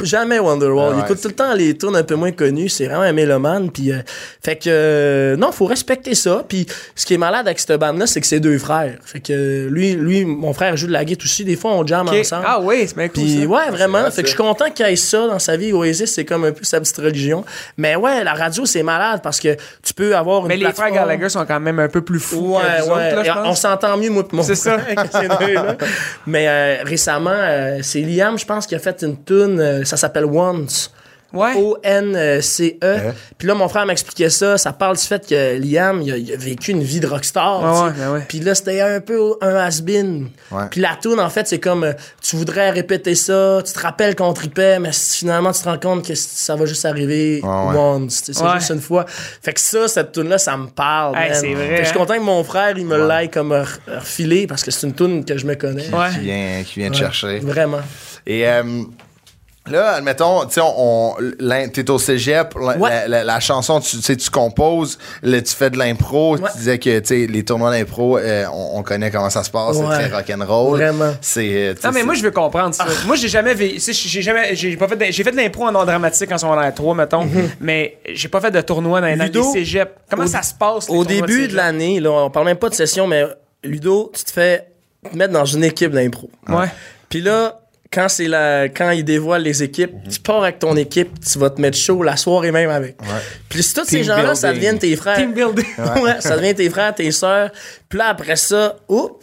jamais Wonderwall. Il écoute tout le temps les tunes un peu moins connues. C'est vraiment un mélomane. Puis, fait que, non, faut respecter ça. Puis, ce qui est malade avec cette bande-là, c'est que c'est 2 frères. Fait que lui, mon frère joue de la guitare aussi. Des fois, on jamme ensemble. Ah oui, c'est bien cool. Puis, ça. ouais, vraiment. Fait que je suis content qu'il y ait ça dans sa vie. Oasis, c'est comme un peu sa petite religion. Mais ouais, la radio, c'est malade parce que tu peux avoir une plateforme. Mais les frères Gallagher sont quand même un peu plus fous. Ouais, que nous autres, là, je pense. On s'entend mieux, moi, c'est ça. Mais récemment, c'est Liam, je pense, qui a fait une tune, ça s'appelle Once. Ouais. O-N-C-E. Puis là, mon frère m'expliquait ça. Ça parle du fait que Liam, il a vécu une vie de rockstar. Ouais. Puis là, c'était un peu un has-been. Ouais. Puis la tune, en fait, c'est comme tu voudrais répéter ça, tu te rappelles qu'on tripait, mais finalement, tu te rends compte que ça va juste arriver once. C'est juste une fois. Fait que ça, cette tune-là, ça me parle. Hey, c'est vrai. Fait que je suis content que mon frère, il me l'aille comme refilé parce que c'est une tune que je me connais. Qui vient te chercher. Vraiment. Et là, admettons, tu sais, t'es au cégep, la chanson, tu composes, là, tu fais de l'impro, tu disais que, tu sais, les tournois d'impro, on connaît comment ça se passe, c'est très rock'n'roll. Vraiment. Non, mais moi, je veux comprendre ça. Moi, j'ai jamais j'ai fait de l'impro en art dramatique en secondaire 3, mettons, mais j'ai pas fait de tournoi dans les cégeps. Comment ça se passe? Au début de l'année, là, on parle même pas de session, mais Ludo, tu te fais mettre dans une équipe d'impro. Ouais. Puis là, quand ils dévoilent les équipes, tu pars avec ton équipe, tu vas te mettre chaud la soirée même avec. Ouais. Puis si tous ces gens-là, ça devient tes frères. Team building. Ouais, ça devient tes frères, tes sœurs. Puis là, après ça,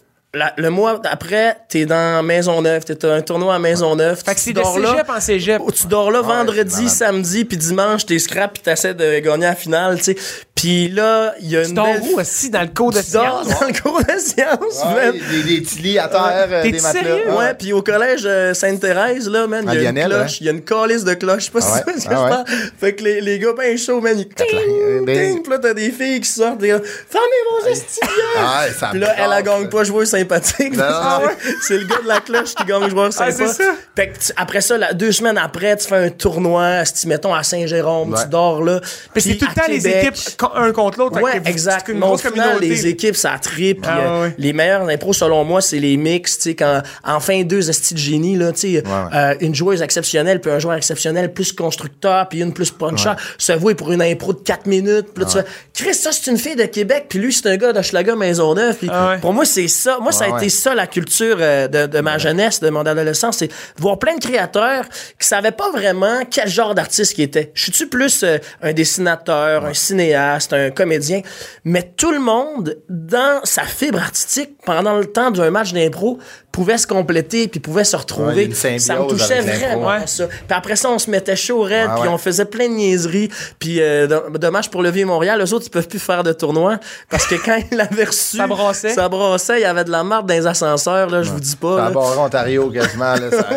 le mois après, t'es dans Maisonneuve, t'es un tournoi à Maisonneuve. Fait que c'est de cégep en cégep. Tu dors là vendredi, samedi, puis dimanche, t'es scrap, puis t'essaies de gagner la finale, tu sais. Puis là, il y a une belle... Tu dors où aussi? Dans le cours de sciences? Dans le cours de sciences, man. Des petits lits à terre, des matelas. Sérieux? Ouais, puis au collège Sainte-Thérèse, là, man, il y a une cloche. Il y a une calice de cloche. Je sais pas si c'est ce que je parle. Fait que les gars ben chauds, man, ils ting, puis là, t'as des filles qui sortent, fermez vos estudiants! Puis là, elle gagne pas joueur sympathique. C'est le gars de la cloche qui gagne joueur sympa. C'est ça. Fait que après ça, 2 semaines après, tu fais un tournoi, mettons à Saint-Jérôme, tu dors là. Puis c'est tout le temps les équipes un contre l'autre. Ouais, exact. Mais au final, les équipes, ça tripe. Les meilleurs impros, selon moi, c'est les mix. Tu sais, quand enfin 2 estis de génie, là, tu sais, une joueuse exceptionnelle, puis un joueur exceptionnel plus constructeur, puis une plus puncher, se vouer pour une impro de 4 minutes. Puis là, tu fais, Chris, ça, c'est une fille de Québec, puis lui, c'est un gars d'Hochelaga Maisonneuve. Puis pour moi, c'est ça. Moi, ça a été ça, la culture de ma jeunesse, de mon adolescence, c'est voir plein de créateurs qui savaient pas vraiment quel genre d'artiste qui était. Je suis-tu plus un dessinateur, un cinéaste, un comédien, mais tout le monde, dans sa fibre artistique, pendant le temps d'un match d'impro, pouvait se compléter puis pouvait se retrouver. Ça me touchait vraiment ça. Puis après ça, on se mettait chaud raide puis on faisait plein de niaiseries. Puis dommage pour le Vieux-Montréal, eux autres, ils peuvent plus faire de tournoi parce que quand ils l'avaient reçu, ça brassait, il y avait de la marde dans les ascenseurs, là, je vous dis pas. Ça a barré Ontario quasiment.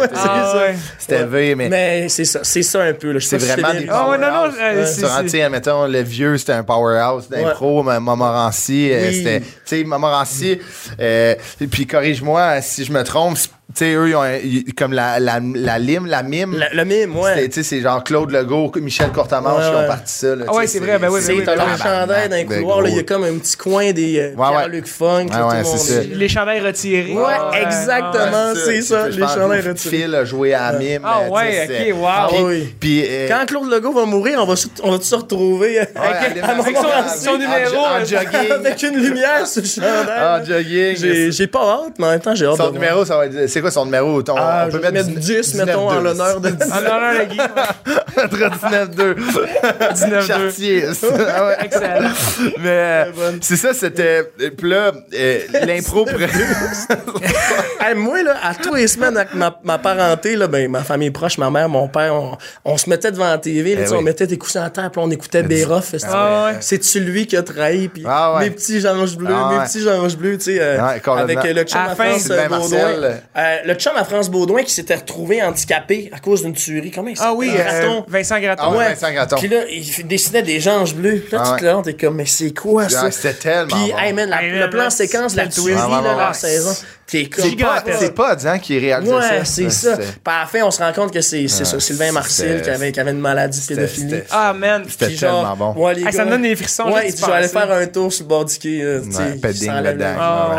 Là, c'était V, mais c'est ça un peu. Là. C'est vraiment des powerhouse. Mettons, le Vieux, c'était un powerhouse d'impro. Montmorency, c'était... Tu sais, Montmorency, puis corrige-moi si je me trompe, tu sais, eux, ils ont comme la mime. Le mime, ouais. Tu sais, c'est genre Claude Legault, Michel Courtemanche qui ont parti ça. Là, c'est vrai, ben oui. T'as leur chandail dans le couloir, là, il y a comme un petit coin des Pierre-Luc Funk. C'est ça. Les chandails retirés. Ouais, exactement, c'est ça, les chandails retirés. Phil a joué à la mime. Ah ouais, ok, wow. Puis quand Claude Legault va mourir, on va se retrouver avec son numéro en jogging. Avec une lumière sur le chandail. En jogging. J'ai pas hâte, mais en même temps, j'ai hâte. Son numéro, ça va être... C'est quoi son numéro? On peut mettre 10, mettons, en l'honneur de 10. En l'honneur de Guy. 19-2. 19-2. Chartier. Excellent. Mais c'est ça, c'était... Puis là, l'impro... Moi, là, à tous les semaines, avec ma parenté, là, ben, ma famille proche, ma mère, mon père, on se mettait devant la TV, là, on mettait des coussins à terre, puis on écoutait Béroff. C'est-tu lui qui a trahi? Puis mes petits anges bleus, tu sais, avec le chum à France Baudouin. Le chum à France Baudouin qui s'était retrouvé handicapé à cause d'une tuerie. Comment il s'appelle? Vincent Gratton. Vincent Gratton. Puis là, il dessinait des anges bleus. Puis là, tu te rends, t'es comme, mais c'est quoi ça? C'était tellement Puis, hey man, le plan séquence, la tuerie, la saison. C'est pas Diane qui réalisait ça. Ouais, c'est ça. Puis à la fin, on se rend compte que c'est ça, Sylvain Marcel qui avait une maladie de pédophilie. Ah, man. C'était tellement bon. Ouais, les gars, ça me donne des frissons. Ouais, il dit, je vais aller faire un tour sur le bord du quai. Padding là-dedans.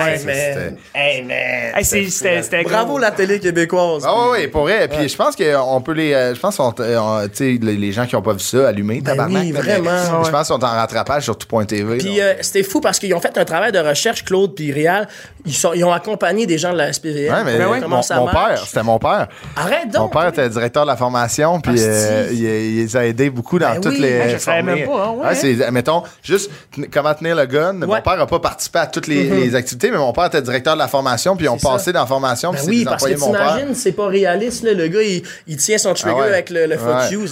C'était bravo la télé québécoise. Ah oui, pour vrai. Puis je pense qu'on peut je pense les gens qui n'ont pas vu ça, allumés, tabarnak. Oui, vraiment. Je pense qu'ils sont en rattrapage sur tout.tv. Puis c'était fou parce qu'ils ont fait un travail de recherche, Claude puis Réal. Ils ont accompagné des gens de la SPVM. Ouais, mais comment ça marche. C'était mon père. Arrête donc. Mon père était directeur de la formation, puis il les a aidés beaucoup dans toutes les... Je savais même pas. Mettons, juste comment tenir le gun. Mon père n'a pas participé à toutes les activités, mais mon père était directeur de la formation, puis ils ont passé dans la formation, puis c'est des employés de mon père. Oui, parce que t'imagines, c'est pas réaliste, là, le gars, il tient son trigger avec le fuck you.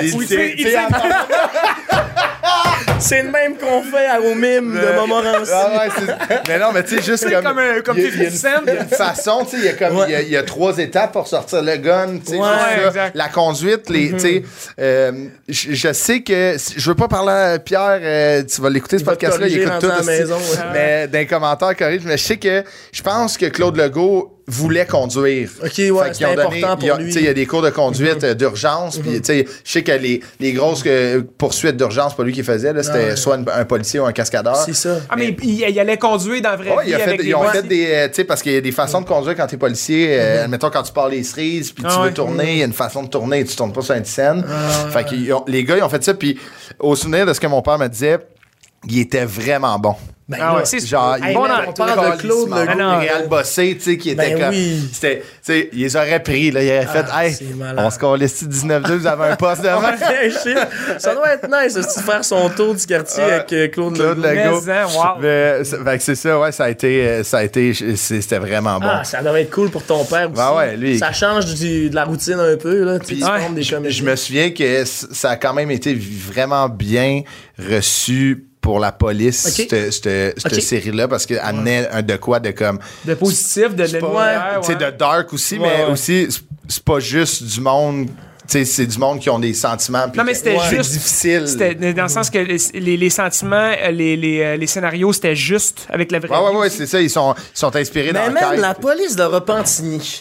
C'est le même qu'on fait au mime de Montmorency. Mais non, mais tu sais, juste comme il y a une façon, tu sais, il y a 3 étapes pour sortir le gun, tu sais, la conduite, tu sais, je sais que, je veux pas parler à Pierre, tu vas l'écouter ce podcast-là, il écoute tout à la maison. Mais dans les commentaires, corrige, mais je pense que Claude Legault voulait conduire. OK, ouais, c'est important pour lui. Il y a des cours de conduite d'urgence, puis tu sais, je sais que les grosses poursuites d'urgence, c'est pas lui qui faisait, là, c'était soit un policier ou un cascadeur. C'est ça. Ah, mais il allait conduire dans la vraie vie avec ils ont fait des... Tu sais, parce qu'il y a des façons de conduire quand t'es policier. Admettons, quand tu pars les cerises, puis tu veux tourner, il y a une façon de tourner, tu tournes pas sur un scène. Fait que les gars, ils ont fait ça, puis au souvenir de ce que mon père me disait, il était vraiment bon. C'est genre, on parle de Claude Legault, Réal Bossé, tu sais, qui était comme. C'était, tu sais, ils les auraient pris, là, ils auraient fait, on se calisse 19-2, vous avez un poste devant. Ça doit être nice, de faire son tour du quartier avec Claude Legault. C'est ça, ouais, ça a été, c'était vraiment bon. Ça doit être cool pour ton père aussi. Lui, ça change de la routine un peu, là. Je me souviens que ça a quand même été vraiment bien reçu pour la police, cette série-là, parce qu'elle amenait de quoi de comme... De positif, de lumière. Tu sais, de dark aussi, mais aussi, c'est pas juste du monde... Tu sais, c'est du monde qui ont des sentiments. Non, mais c'était juste difficile. C'était dans le sens que les sentiments, les scénarios, c'était juste avec la vraie vie. Ouais, c'est ça. Ils sont inspirés dans l'enquête. Mais même la police de Repentigny.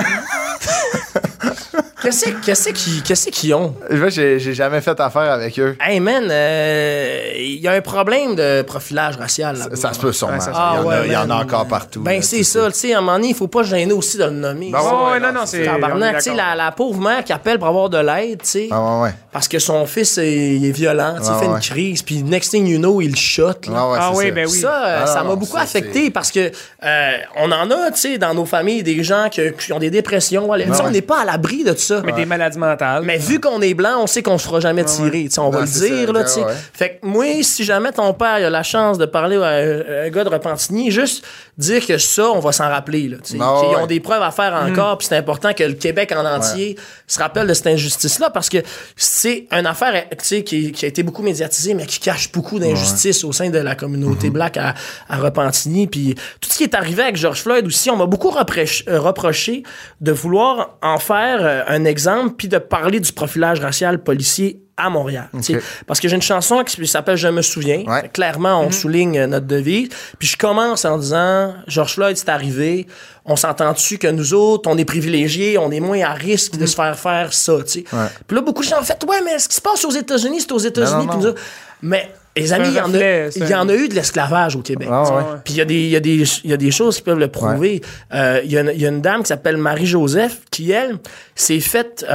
Qu'est-ce qu'ils ont? Moi, j'ai jamais fait affaire avec eux. Hey man, il y a un problème de profilage racial là-bas. Ça se peut sûrement. Il y en a encore partout. Ben c'est ça, tu sais, à un moment donné, il faut pas gêner aussi de le nommer. Non, c'est... Tabarnak, tu sais, la pauvre mère qui appelle pour avoir de l'aide, tu sais. Parce que son fils, il est violent, il fait une crise, puis next thing you know, il le shot. Ça m'a beaucoup affecté parce que on en a, tu sais, dans nos familles, des gens qui ont des dépressions. On n'est pas à l'abri de tout ça. Mais des maladies mentales. Mais vu qu'on est blanc, on sait qu'on se fera jamais tirer. On va le dire. Là, fait que moi, si jamais ton père a la chance de parler à un gars de Repentigny, juste dire que ça, on va s'en rappeler. Là, qu'ils ont des preuves à faire encore. Puis c'est important que le Québec en entier se rappelle de cette injustice-là parce que c'est une affaire qui a été beaucoup médiatisée, mais qui cache beaucoup d'injustices au sein de la communauté black à Repentigny. Puis tout ce qui est arrivé avec George Floyd aussi, on m'a beaucoup reproché de vouloir en faire un exemple puis de parler du profilage racial policier à Montréal. Parce que j'ai une chanson qui s'appelle « Je me souviens ». Clairement, on souligne notre devise. Puis je commence en disant « George Floyd, c'est arrivé. On s'entend-tu que nous autres, on est privilégiés, on est moins à risque de se faire ça. » Puis là, beaucoup de gens ont fait « Ouais, mais ce qui se passe aux États-Unis, c'est aux États-Unis. » Mais les amis, il y en a eu de l'esclavage au Québec. Puis il y a des choses qui peuvent le prouver. Il y a une dame qui s'appelle Marie-Joseph qui, elle, s'est faite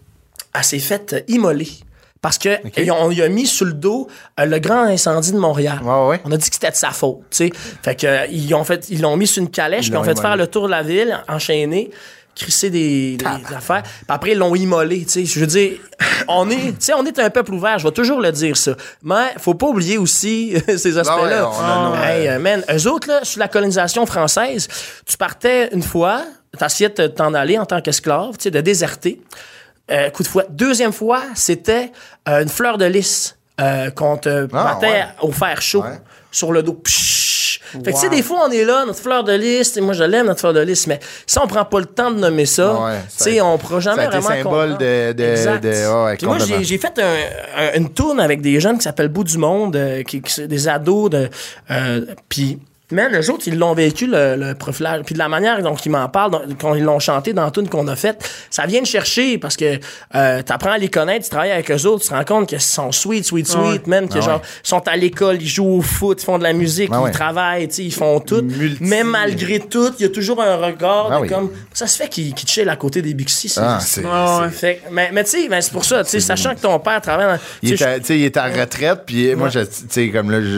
immoler. Parce que on lui a mis sur le dos le grand incendie de Montréal. On a dit que c'était de sa faute. T'sais. Fait que ils l'ont mis sur une calèche, puis ils ont fait faire le tour de la ville, enchaîné, crisser des affaires. Puis après, ils l'ont immolé. T'sais. Je veux dire, on est un peuple ouvert, je vais toujours le dire ça. Mais faut pas oublier aussi ces aspects-là. Man, eux autres, là, sous la colonisation française, tu partais une fois, t'essayais de t'en aller en tant qu'esclave, de déserter. Coup de fouet. Deuxième fois, c'était une fleur de lys qu'on te battait au fer chaud sur le dos. Pshhh. Fait que tu sais, des fois, on est là, notre fleur de lys, moi je l'aime, notre fleur de lys, mais si on prend pas le temps de nommer ça, tu sais, on pourra jamais vraiment symbole Puis moi, j'ai fait une tourne avec des jeunes qui s'appellent Bout du Monde, qui des ados, puis Man, eux autres, ils l'ont vécu, le profilage. Puis de la manière dont ils m'en parlent, quand ils l'ont chanté dans la tune qu'on a faite, ça vient de chercher parce que t'apprends à les connaître, tu travailles avec eux autres, tu te rends compte qu'ils sont sweet, man, que genre, ils sont à l'école, ils jouent au foot, ils font de la musique, ils travaillent, tu sais, ils font tout. Mais malgré tout, il y a toujours un regard de comme... Ça se fait qu'ils chillent à côté des Bixi. Mais tu sais, c'est pour ça, tu sais, sachant que ton père travaille dans... Il est à retraite, puis moi, tu sais, comme là,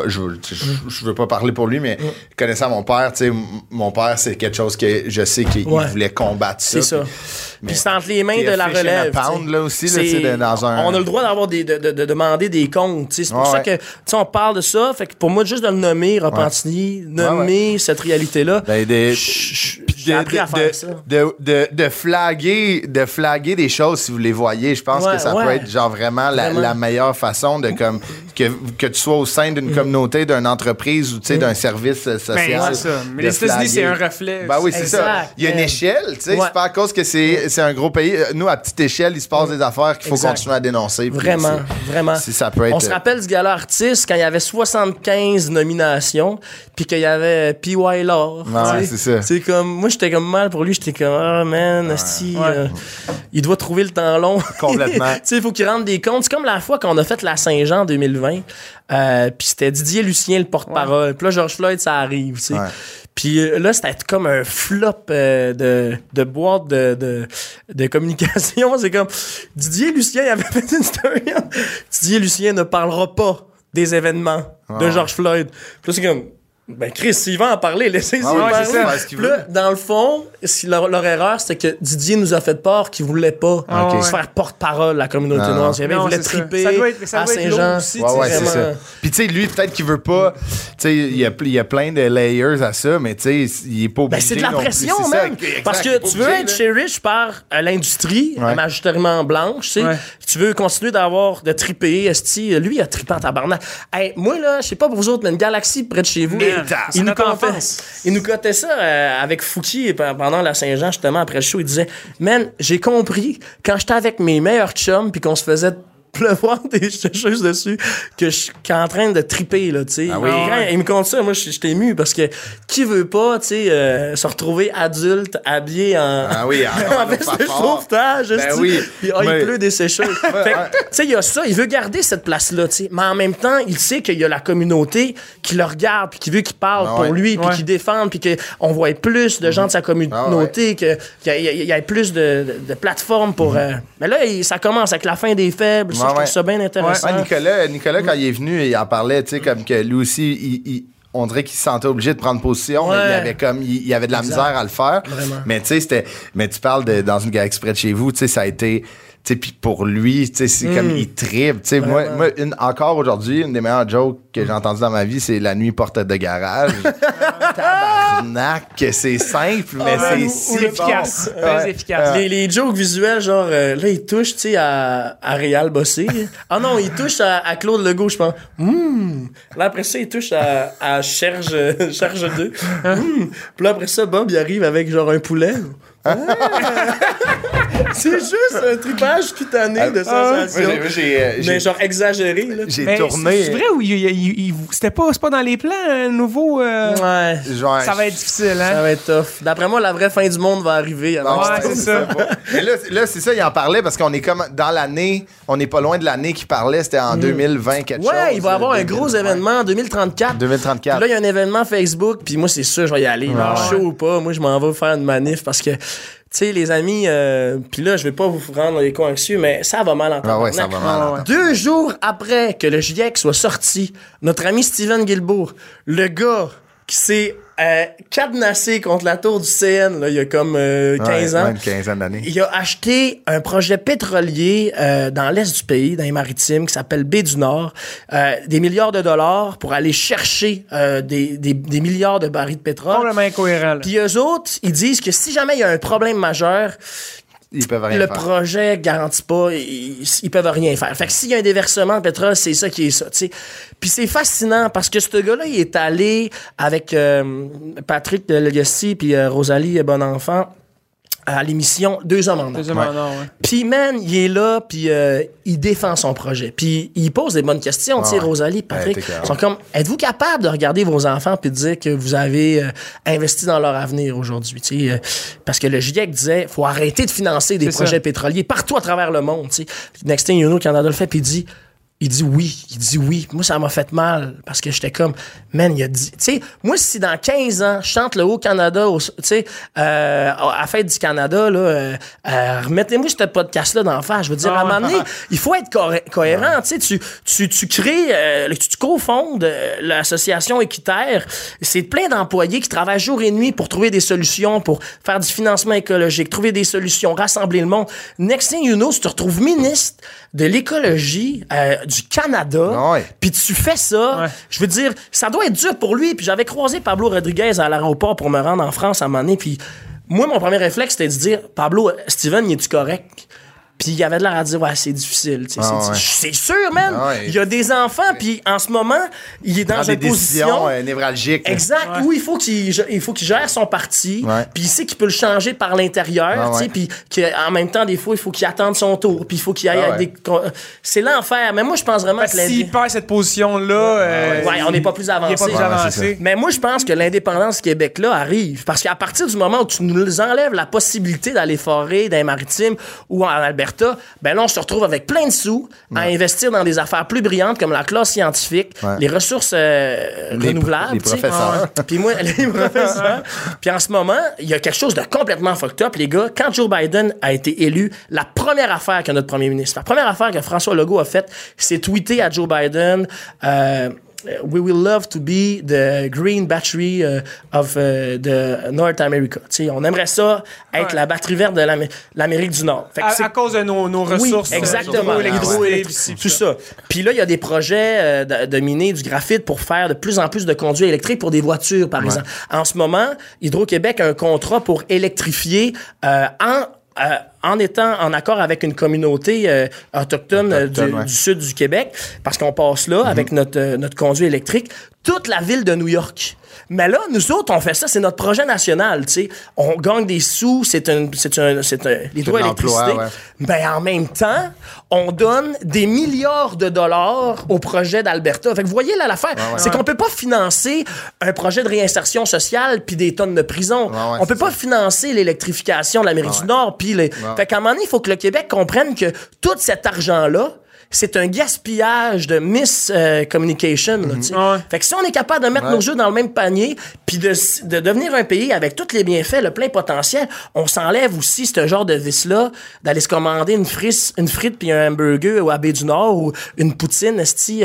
je veux pas parler pour lui, mais connaissant mon père, tu sais, mon père, c'est quelque chose que je sais qu'il voulait combattre ça. C'est ça. Puis c'est entre les mains de la relève. Pound, là aussi, là, dans un... On a le droit d'avoir de demander des comptes. C'est pour ça que on parle de ça. Fait que pour moi, juste de le nommer, Repentigny, nommer cette réalité-là, j'ai appris à faire ça. De flaguer des choses si vous les voyez. Je pense que ça peut être genre vraiment la meilleure façon de comme que tu sois au sein d'une communauté, d'une entreprise ou d'un service social. C'est ça. Mais les États-Unis, c'est un reflet. Ben oui, c'est ça. Il y a une échelle, tu sais. C'est pas à cause que c'est un gros pays. Nous, à petite échelle, il se passe des affaires qu'il faut continuer à dénoncer. Vraiment. Si ça peut être... On se rappelle ce gala artiste quand il y avait 75 nominations, puis qu'il y avait P.Y. Love. C'est ça. C'est comme... Moi, j'étais comme mal pour lui. J'étais comme, man, il doit trouver le temps long. Complètement. Tu sais, il faut qu'il rende des comptes. C'est comme la fois qu'on a fait la Saint-Jean en 2020, puis c'était Didier Lucien, le porte-parole. Puis là, George Floyd, ça arrive, tu sais. Puis là, c'était comme un flop de boîte de communication. C'est comme, Didier Lucien, il avait fait une story. Didier Lucien ne parlera pas des événements de George Floyd. Puis là, c'est comme... Ben Chris, s'il va en parler, laissez-y parler. Puis là, dans le fond, leur erreur, c'était que Didier nous a fait peur qu'il voulait pas se faire porte-parole la communauté noire. Il voulait triper à Saint-Jean. C'est ça. Puis tu sais, lui, peut-être qu'il veut pas... Tu sais, il y a plein de layers à ça, mais tu sais, il est pas obligé. Ben c'est de la pression, même. Parce que tu veux être cherish par l'industrie, majoritairement blanche, tu sais. Tu veux continuer de triper, esti. Lui, il a trippé en tabarnak. Hey, moi, là, je sais pas pour vous autres, mais une galaxie près de chez vous, il nous contait ça avec Fouki pendant la Saint-Jean, justement, après le show. Il disait, man, j'ai compris quand j'étais avec mes meilleurs chums puis qu'on se faisait pleuvoir des choses dessus que je suis en train de triper, là, tu sais. Il me compte ça, moi, je suis ému parce que qui veut pas, tu sais, se retrouver adulte, habillé en veste de sauvetage, puis il pleut des sécheuses. Fait que, tu sais, il y a ça, il veut garder cette place-là, tu sais, mais en même temps, il sait qu'il y a la communauté qui le regarde, puis qui veut qu'il parle pour lui, puis qu'il défende, puis qu'on voit plus de gens de sa communauté, qu'il y ait plus de plateformes pour... Mais là, ça commence avec la fin des faibles. Je trouve ça bien intéressant. Nicolas, quand il est venu, il en parlait, tu sais, comme que lui aussi, on dirait qu'il se sentait obligé de prendre position, mais il y avait de la misère à le faire. Vraiment. Mais tu sais, tu parles dans une galaxie près de chez vous, tu sais, ça a été... Puis pour lui, c'est comme il tripe. Moi, encore aujourd'hui, une des meilleures jokes que j'ai entendues dans ma vie, c'est la nuit porte de garage. Tabarnak, c'est simple, mais c'est si efficace. Très efficace. Les jokes visuels, genre, là, il touche à Réal Bossé. Ah non, il touche à Claude Legault, je pense. Là, après ça, il touche à Cherge 2. Puis là, après ça, Bob, il arrive avec genre un poulet. C'est juste un tripage cutané de sensation. Mais genre exagéré. Là. J'ai tourné. C'est vrai ou c'est pas dans les plans nouveaux? Ça va être difficile, hein? Ça va être tough. D'après moi, la vraie fin du monde va arriver. C'est ça. Mais là, c'est ça, il en parlait parce qu'on est comme dans l'année, on n'est pas loin de l'année qu'il parlait, c'était en 2020 quelque chose. Ouais, il va y avoir un gros événement en 2034. 2034. Là, il y a un événement Facebook, puis moi, c'est sûr, je vais y aller. Chaud ou pas, moi, je m'en vais faire une manif parce que tu sais, les amis, puis là, je vais pas vous rendre les cons anxieux, mais ça va mal en temps. Ça va mal en temps. 2 jours après que le GIEC soit sorti, notre ami Steven Guilbeault, le gars qui s'est cadenassé contre la tour du CN, là, il y a comme 15 ans. Une quinzaine d'années. Il a acheté un projet pétrolier dans l'est du pays, dans les maritimes, qui s'appelle Baie du Nord, des milliards de dollars pour aller chercher des milliards de barils de pétrole. Complètement incohérent. Puis eux autres, ils disent que si jamais il y a un problème majeur, ils peuvent rien le faire. projet garantit pas, ils peuvent rien faire. Fait que s'il y a un déversement de pétrole, c'est ça qui est ça, tu sais. Puis c'est fascinant parce que ce gars-là, il est allé avec Patrick Lagossi puis Rosalie Bonenfant à l'émission 2 hommes en or. Puis, man, il est là, puis il défend son projet. Puis, il pose des bonnes questions. Tu sais, Rosalie, Patrick, ils sont comme, êtes-vous capable de regarder vos enfants puis de dire que vous avez investi dans leur avenir aujourd'hui? Tu sais, parce que le GIEC disait, faut arrêter de financer des projets pétroliers partout à travers le monde. Tu sais. Next thing you know, le Canada le fait, puis il dit oui. Moi, ça m'a fait mal parce que j'étais comme, man, il a dit, tu sais, moi, si dans 15 ans, je chante le Haut-Canada, tu sais, à la fête du Canada, là, remettez-moi ce podcast-là d'en face. Je veux dire, à un moment donné, il faut être cohérent. Tu sais, tu crées, tu cofondes l'association Équiterre. C'est plein d'employés qui travaillent jour et nuit pour trouver des solutions, pour faire du financement écologique, trouver des solutions, rassembler le monde. Next thing you know, tu te retrouves ministre de l'écologie du Canada, puis tu fais ça, je veux dire, ça doit être dur pour lui. Puis j'avais croisé Pablo Rodriguez à l'aéroport pour me rendre en France à un moment donné, puis moi, mon premier réflexe, c'était de dire, Pablo, Steven, es-tu correct? Puis il y avait de l'air à dire, c'est difficile. C'est sûr, man. Il y a des enfants, puis en ce moment, il est dans une position névralgique. Exact, où il faut qu'il gère son parti, puis il sait qu'il peut le changer par l'intérieur, puis qu'en même temps, des fois, il faut qu'il attende son tour, puis il faut qu'il aille avec des... C'est l'enfer. Mais moi, je pense vraiment que s'il perd cette position-là... on n'est pas plus avancé. Mais moi, je pense que l'indépendance du Québec, là, arrive. Parce qu'à partir du moment où tu nous enlèves la possibilité d'aller forer dans les maritimes ou en Alberta, ben là, on se retrouve avec plein de sous à investir dans des affaires plus brillantes comme la classe scientifique, les ressources renouvelables. Les professeurs. Puis moi, les professeurs. Puis en ce moment, il y a quelque chose de complètement fucked up, les gars. Quand Joe Biden a été élu, la première affaire que notre premier ministre, la première affaire que François Legault a faite, c'est tweeter à Joe Biden... We will love to be the green battery of the North America. T'sais, on aimerait ça être la batterie verte de l'Amérique du Nord. Fait que à cause de nos ressources. Oui, exactement. L'hydroélectricité, tout ça. Puis là, il y a des projets de miner du graphite pour faire de plus en plus de conduits électriques pour des voitures, par exemple. En ce moment, Hydro-Québec a un contrat pour électrifier en étant en accord avec une communauté autochtone du sud du Québec, parce qu'on passe là avec notre conduit électrique, toute la ville de New York. Mais là, nous autres, on fait ça, c'est notre projet national, tu sais. On gagne des sous, c'est l'hydroélectricité. Ben, en même temps, on donne des milliards de dollars au projet d'Alberta. Fait que vous voyez, là, l'affaire, c'est qu'on peut pas financer un projet de réinsertion sociale puis des tonnes de prison. On peut pas financer l'électrification de l'Amérique du Nord puis Fait qu'à un moment donné, il faut que le Québec comprenne que tout cet argent-là, c'est un gaspillage de miscommunication. Fait que si on est capable de mettre nos jeux dans le même panier puis de devenir un pays avec tous les bienfaits, le plein potentiel, on s'enlève aussi ce genre de vice-là d'aller se commander une frite puis un hamburger à Baie-du-Nord ou une poutine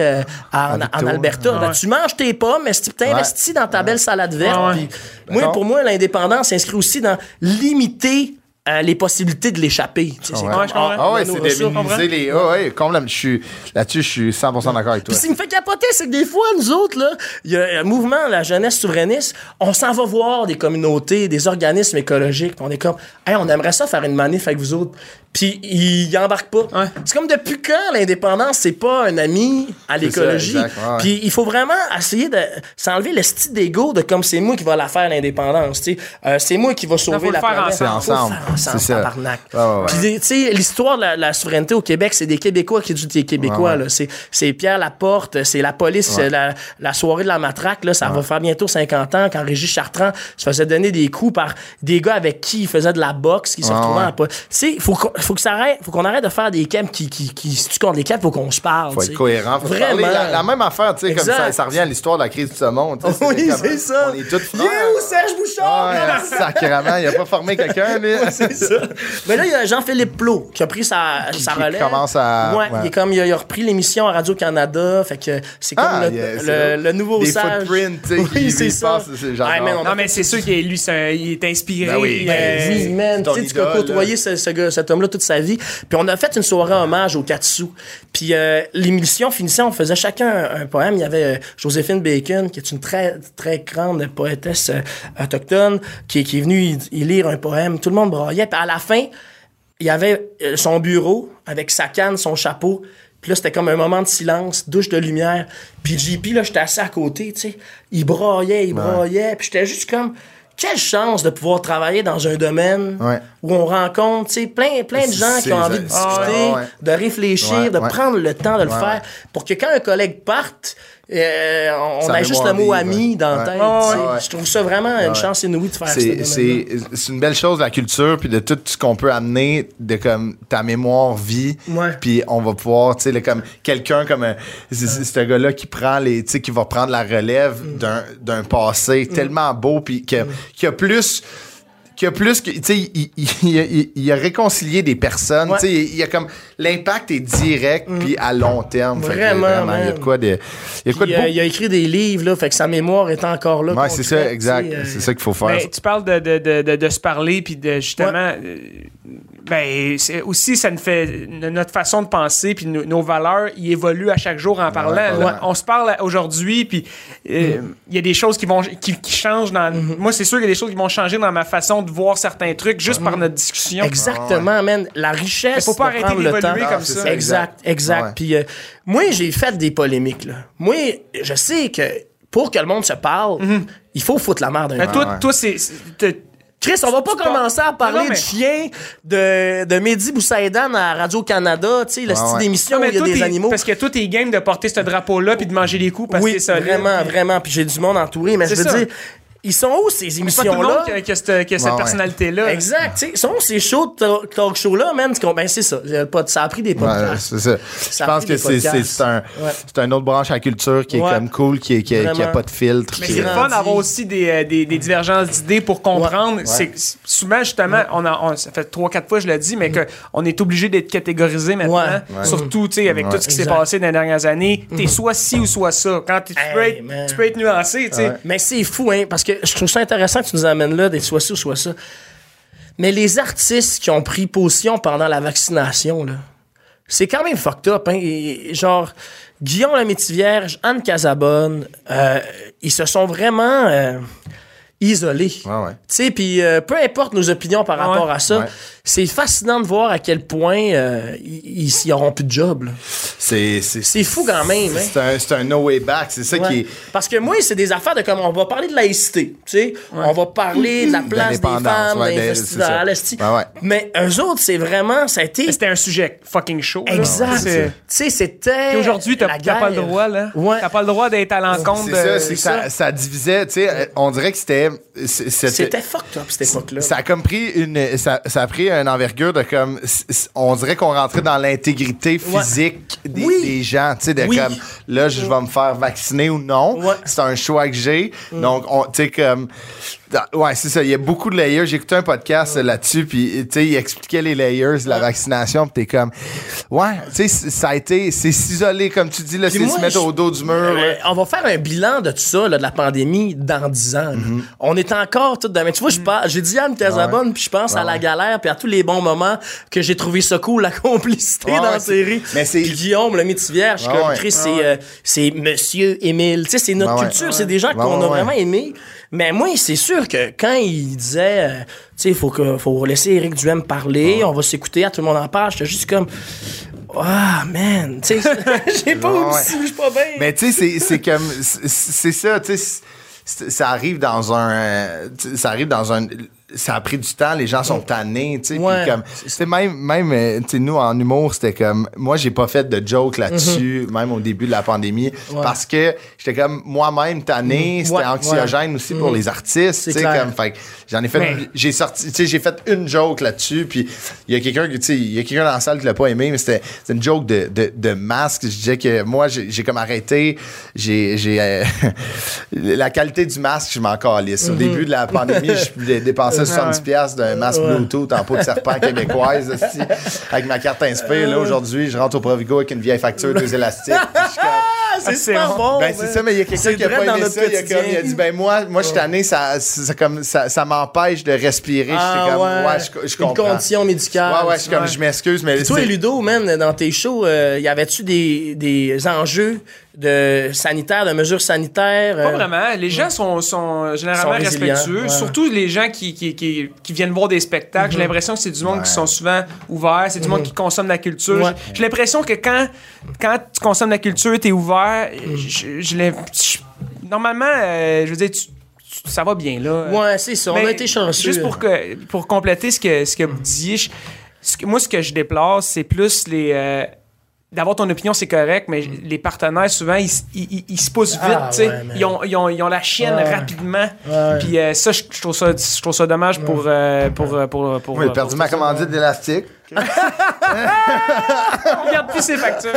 en Alberta. Ben, tu manges tes pommes, mais tu t'investis dans ta belle salade verte. Pour moi, l'indépendance s'inscrit aussi dans limiter les possibilités de l'échapper. C'est de minimiser les... Là-dessus, je suis 100% d'accord avec toi. Puis ce qui me fait capoter, c'est que des fois, nous autres, là, il y a un mouvement, la jeunesse souverainiste, on s'en va voir des communautés, des organismes écologiques, on est comme, hey, on aimerait ça faire une manif avec vous autres. Puis ils embarquent pas. C'est comme depuis quand l'indépendance, c'est pas un ami à l'écologie. Puis il faut vraiment essayer de s'enlever le style d'ego de comme c'est moi qui va la faire l'indépendance. C'est moi qui va sauver la planète. C'est ensemble. C'est ça. Puis tu sais, l'histoire de la souveraineté au Québec, c'est des Québécois qui édoutent des Québécois. Là. C'est Pierre Laporte, c'est la police, c'est la soirée de la matraque. Là, ça va faire bientôt 50 ans quand Régis Chartrand se faisait donner des coups par des gars avec qui il faisait de la boxe, qui se retrouvaient en... Tu sais, il faut qu'on arrête de faire des camps qui si tu comptes les camps, il faut qu'on se parle. Faut être cohérent. Faut vraiment. La même affaire, tu sais, comme ça revient à l'histoire de la crise du saumon. Oui, c'est ça. On est tous frères. Où Serge Bouchard? Sacrément, il a pas formé quelqu'un, lui. C'est ça. Mais là, il y a Jean-Philippe Plot qui a pris sa relève. Qui commence à... il a repris l'émission à Radio-Canada. Fait que c'est comme le nouveau sage. Des footprints, tu sais. Oui, c'est ça. Non, mais c'est sûr qu'il lui, il est inspiré. Oui, man. Tu as côtoyé cet homme-là toute sa vie. Puis on a fait une soirée hommage au Katsu. Puis l'émission finissait, on faisait chacun un poème. Il y avait Joséphine Bacon, qui est une très, très grande poétesse autochtone, qui est venue y lire un poème. Tout le monde braillait. Puis à la fin, il y avait son bureau avec sa canne, son chapeau. Puis là, c'était comme un moment de silence, douche de lumière. Puis JP, là, j'étais assis à côté, tu sais. Il braillait. Puis j'étais juste comme... Quelle chance de pouvoir travailler dans un domaine où on rencontre, tu sais, plein de gens qui ont envie de discuter, de réfléchir, de prendre le temps de le faire, pour que quand un collègue parte, on a juste le mot ami dans la tête. Je trouve ça vraiment une chance inouïe de faire ça. C'est une belle chose, la culture, puis de tout ce qu'on peut amener, de comme ta mémoire vie, puis on va pouvoir, tu sais, comme quelqu'un comme ce gars-là qui prend tu sais, qui va prendre la relève d'un passé tellement beau, puis qui a plus que, tu sais, il a réconcilié des personnes, tu sais, il y a comme, l'impact est direct puis à long terme. Vraiment, il y a de quoi de beau. Il a écrit des livres, là, fait que sa mémoire est encore là. Ouais, c'est ça, exact. C'est ça qu'il faut faire. Ben, tu parles de se parler puis de, justement, c'est aussi, ça nous fait notre façon de penser puis nos valeurs, ils évoluent à chaque jour en parlant. On se parle aujourd'hui puis il y a des choses qui changent dans... Moi, c'est sûr qu'il y a des choses qui vont changer dans ma façon de voir certains trucs juste par notre discussion. Exactement, man. La richesse. Il faut pas arrêter d'évoluer comme ça. Exact. Puis moi, j'ai fait des polémiques, là. Moi, je sais que pour que le monde se parle, il faut foutre la merde d'un toi, c'est... Chris, on va pas commencer à parler de chien de Mehdi Boussaïdan à Radio-Canada, tu sais, le style d'émission où il y a des animaux. Parce que toi, t'es game de porter ce drapeau-là puis de manger des coups parce que c'est ça. Vraiment. Puis j'ai du monde entouré, mais je veux dire... Ils sont où ces émissions-là? C'est pas tout le monde qui a cette personnalité-là. Exact. Ils sont où ces shows de talk show-là, man? Ben, c'est ça. Ça a pris des podcasts. C'est ça. Je pense que c'est un autre branche à la culture qui est comme cool, qui a pas de filtre. Mais c'est le fun d'avoir aussi des divergences d'idées pour comprendre. C'est souvent, justement, ça fait 3-4 fois que je l'ai dit, mais qu'on est obligé d'être catégorisé maintenant. Surtout, tu sais, avec tout ce qui s'est passé dans les dernières années. T'es soit ci ou soit ça. Quand tu peux être nuancé, tu sais. Mais c'est fou, hein, parce que je trouve ça intéressant que tu nous amènes là d'être soit ci ou soit ça. Mais les artistes qui ont pris position pendant la vaccination, là, c'est quand même fucked up. Hein? Genre, Guillaume Lamétivierge, Anne Casabonne, ils se sont vraiment isolés. Tu sais, puis peu importe nos opinions par rapport à ça, c'est fascinant de voir à quel point ils n'auront plus de job. Là. C'est fou quand même. C'est un no way back. C'est ça qui est... Parce que moi, c'est des affaires de comme on va parler de laïcité. Tu sais, on va parler de la place des femmes, des festivals. Mais eux autres, c'est vraiment... Ça a été... C'était un sujet fucking chaud. Exact. Tu sais, c'était... Et aujourd'hui, t'as pas le droit, là. T'as pas le droit d'être à l'encontre de... Ça divisait, tu sais, on dirait que c'était fucked up, cette époque-là. Ça a comme pris ça a pris une envergure de comme... On dirait qu'on rentrait dans l'intégrité physique des gens, tu sais, de comme... Là, je vais me faire vacciner ou non. C'est un choix que j'ai. Donc, tu sais, comme... Ouais, c'est ça. Il y a beaucoup de layers. J'ai écouté un podcast là-dessus, puis tu sais, il expliquait les layers de la vaccination, puis t'es comme, tu sais, ça a été, c'est s'isoler, comme tu dis, là, c'est se mettre au dos du mur. On va faire un bilan de tout ça, là, de la pandémie, dans 10 ans. On est encore tout dans... Mais tu vois, j'ai dit à Anne Casabonne, puis je pense à la galère, puis à tous les bons moments que j'ai trouvé ça cool, la complicité dans la série. Puis Guillaume, le Métivierge, comme Chris, c'est Monsieur Émile. Tu sais, c'est notre culture, c'est des gens qu'on a vraiment aimés. Mais moi, c'est sûr que quand il disait, tu sais, faut laisser Éric Duhem parler, on va s'écouter, tout le monde en parle, j'étais juste comme, man, tu sais, j'ai pas aussi, je suis pas bien. Mais tu sais, c'est comme, c'est ça, tu sais, ça arrive dans un, ça a pris du temps, les gens sont tannés, tu sais, puis comme, c'est même tu sais, nous, en humour, c'était comme, moi, j'ai pas fait de joke là-dessus, même au début de la pandémie, parce que j'étais comme, moi-même tanné, c'était anxiogène aussi pour les artistes, tu sais, comme, fait j'en ai fait, j'ai sorti, tu sais, j'ai fait une joke là-dessus, puis il y a quelqu'un, tu sais, dans la salle qui l'a pas aimé, mais c'était une joke de masque, je disais que moi, j'ai comme arrêté, j'ai la qualité du masque, je m'en calisse. Au début de la pandémie, je dépensais 70$ d'un masque Bluetooth en peau de serpent québécoise, aussi, avec ma carte Inspire. Là, aujourd'hui, je rentre au Provigo avec une vieille facture, 2 élastiques. C'est super bon. Ben, c'est ça, mais il y a quelqu'un qui a pas aimé ça. Il a dit, ben, moi, je suis tanné, ça m'empêche de respirer. Je comprends. Une condition médicale. Je m'excuse, mais... Toi, Ludo, man, dans tes shows, y avait-tu des enjeux sanitaires, de mesures sanitaires? Pas vraiment. Les gens sont généralement respectueux. Surtout les gens qui viennent voir des spectacles. J'ai l'impression que c'est du monde qui sont souvent ouverts. C'est du monde qui consomme la culture. J'ai l'impression que quand tu consommes la culture, t'es ouvert. Normalement, je veux dire, ça va bien, là. Ouais, c'est ça. Mais on a été chanceux. Juste pour compléter ce que vous disiez, moi, ce que je déplore, c'est plus d'avoir ton opinion, c'est correct, mais les partenaires, souvent, ils se poussent vite, tu sais. Ouais, ils ont la chienne rapidement. Puis ça, je trouve ça dommage pour oui, j'ai perdu ma commandite d'élastique. Regarde plus ses factures.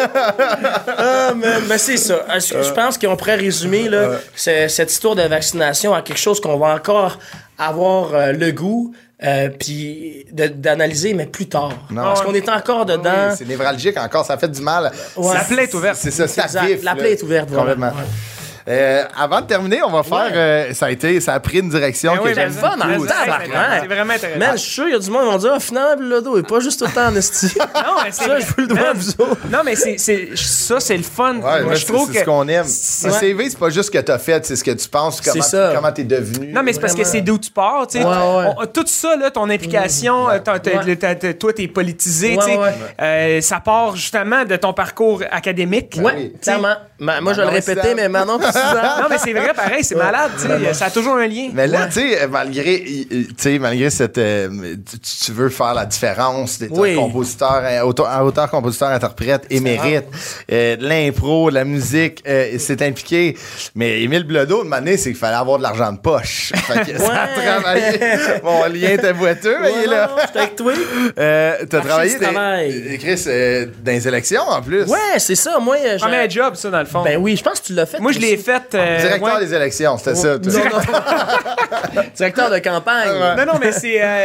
Mais c'est ça. Je pense qu'on pourrait résumer là, cette histoire de vaccination à quelque chose qu'on va encore avoir le goût puis d'analyser, mais plus tard. Non. Parce qu'on est encore dedans. Oui, c'est névralgique encore, ça fait du mal. Ouais. La plaie est ouverte. C'est ça, c'est vif. La plaie est ouverte. Complètement. Voilà. Avant de terminer, on va faire. Ça a pris une direction que j'aime pas dans le temps. C'est vraiment intéressant. Mais je suis sûr, il y a du monde qui vont dire, finalement, le dos est pas juste tout le temps en esti. Non, mais c'est ça, je vous le dois à vous autres. Non, mais ça, c'est le fun. Ouais, moi, je trouve c'est que ce qu'on aime. Le CV, c'est pas juste ce que t'as fait, c'est ce que tu penses, comment t'es devenu. Non, mais c'est parce que c'est d'où tu pars, tu sais. Tout ça, là, ton implication, toi, t'es politisé, tu sais. Ça part justement de ton parcours académique. Oui, clairement. Moi, je vais le répéter, mais Manon, tu non, mais c'est vrai, pareil, c'est malade, tu sais. Ça a toujours un lien. Mais là, tu sais, malgré cette. Tu veux faire la différence d'être un compositeur, auteur, compositeur, interprète, émérite, de l'impro, de la musique, c'est impliqué. Mais Émile Bilodeau, de manière, c'est qu'il fallait avoir de l'argent de poche. Fait que ça a travaillé. Mon lien était boiteux, il est là. J'étais avec toi. T'as travaillé Chris, dans les élections, en plus. Ouais, c'est ça. Moi, premier job, ça, dans le fond. Ben oui, je pense que tu l'as fait. Moi, je l'ai fait. Directeur des élections, c'était ça. Directeur de campagne. Non, mais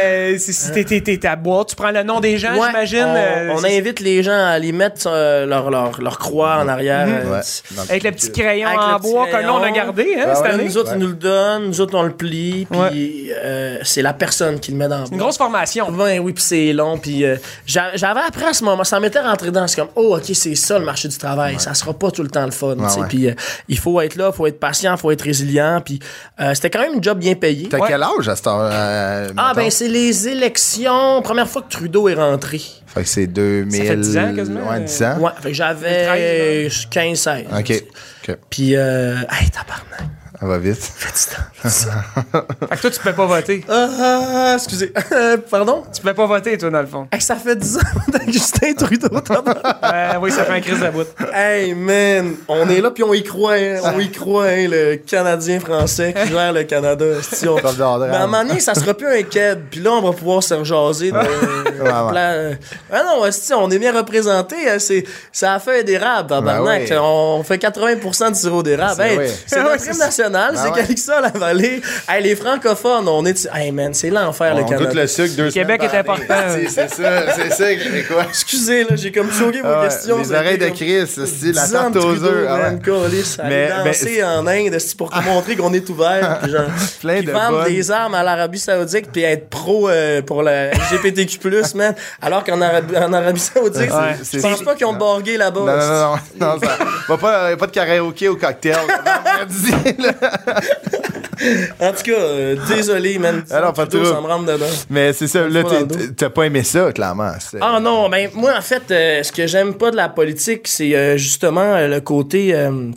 t'es à boîte, tu prends le nom des gens, j'imagine. On invite les gens à aller mettre leur croix en arrière. Avec le petit crayon en bois que l'on a gardé cette année. Nous autres, ils nous le donnent, nous autres, on le plie, puis c'est la personne qui le met dans le bois. Une grosse formation. Oui, puis c'est long, puis j'avais appris à ce moment, ça m'était rentré dedans, c'est comme, OK, c'est ça le marché du travail, ça sera pas tout le temps le fun, puis il faut être là, il faut être patient, il faut être résilient, puis c'était quand même un job bien payé. T'as quel âge à cette heure? Ben c'est les élections, première fois que Trudeau est rentré. Fait que c'est 2000... Ça fait 10 ans quasiment? Ouais, 10 ans. Ouais, fait que j'avais 15-16. OK. Puis, tabarnak. Ça va vite. Fait que toi, tu pouvais pas voter. Excusez. Pardon? Tu pouvais pas voter, toi, dans le fond. Ça fait 10 ans avec Justin Trudeau. Oui, ça fait un crise de bout. Hey, man, on est là, puis on y croit. On y croit, le Canadien français qui gère le Canada. Mais à un moment donné, ça sera plus un quad. Puis là, on va pouvoir se rejaser. Non, on est bien représenté. Ça a fait d'érable, tabarnak. On fait 80% du sirop d'érable. C'est notre crime national. C'est Calixa la vallée. Hey, les francophones, on est. Hey man, c'est l'enfer le Canada. Goûte le sucre, le Québec est important. C'est ça, Québécois. Excusez, là, j'ai comme choqué vos questions. Les oreilles de Chris, c'est la tarte aux œufs. Mais danser en Inde pour te montrer qu'on est ouvert. Plein de vendre des armes à l'Arabie Saoudite puis être pro pour la LGBTQ+, man. Alors qu'en Arabie Saoudite, je pense pas qu'ils ont borgué là-bas. Non, pas de karaoké au cocktail. En tout cas, désolé, man. Alors, pas trop. Ça me rentre dedans. Mais c'est ça, là, t'as pas aimé ça, clairement. Ah non, ben moi, en fait, ce que j'aime pas de la politique, c'est justement le côté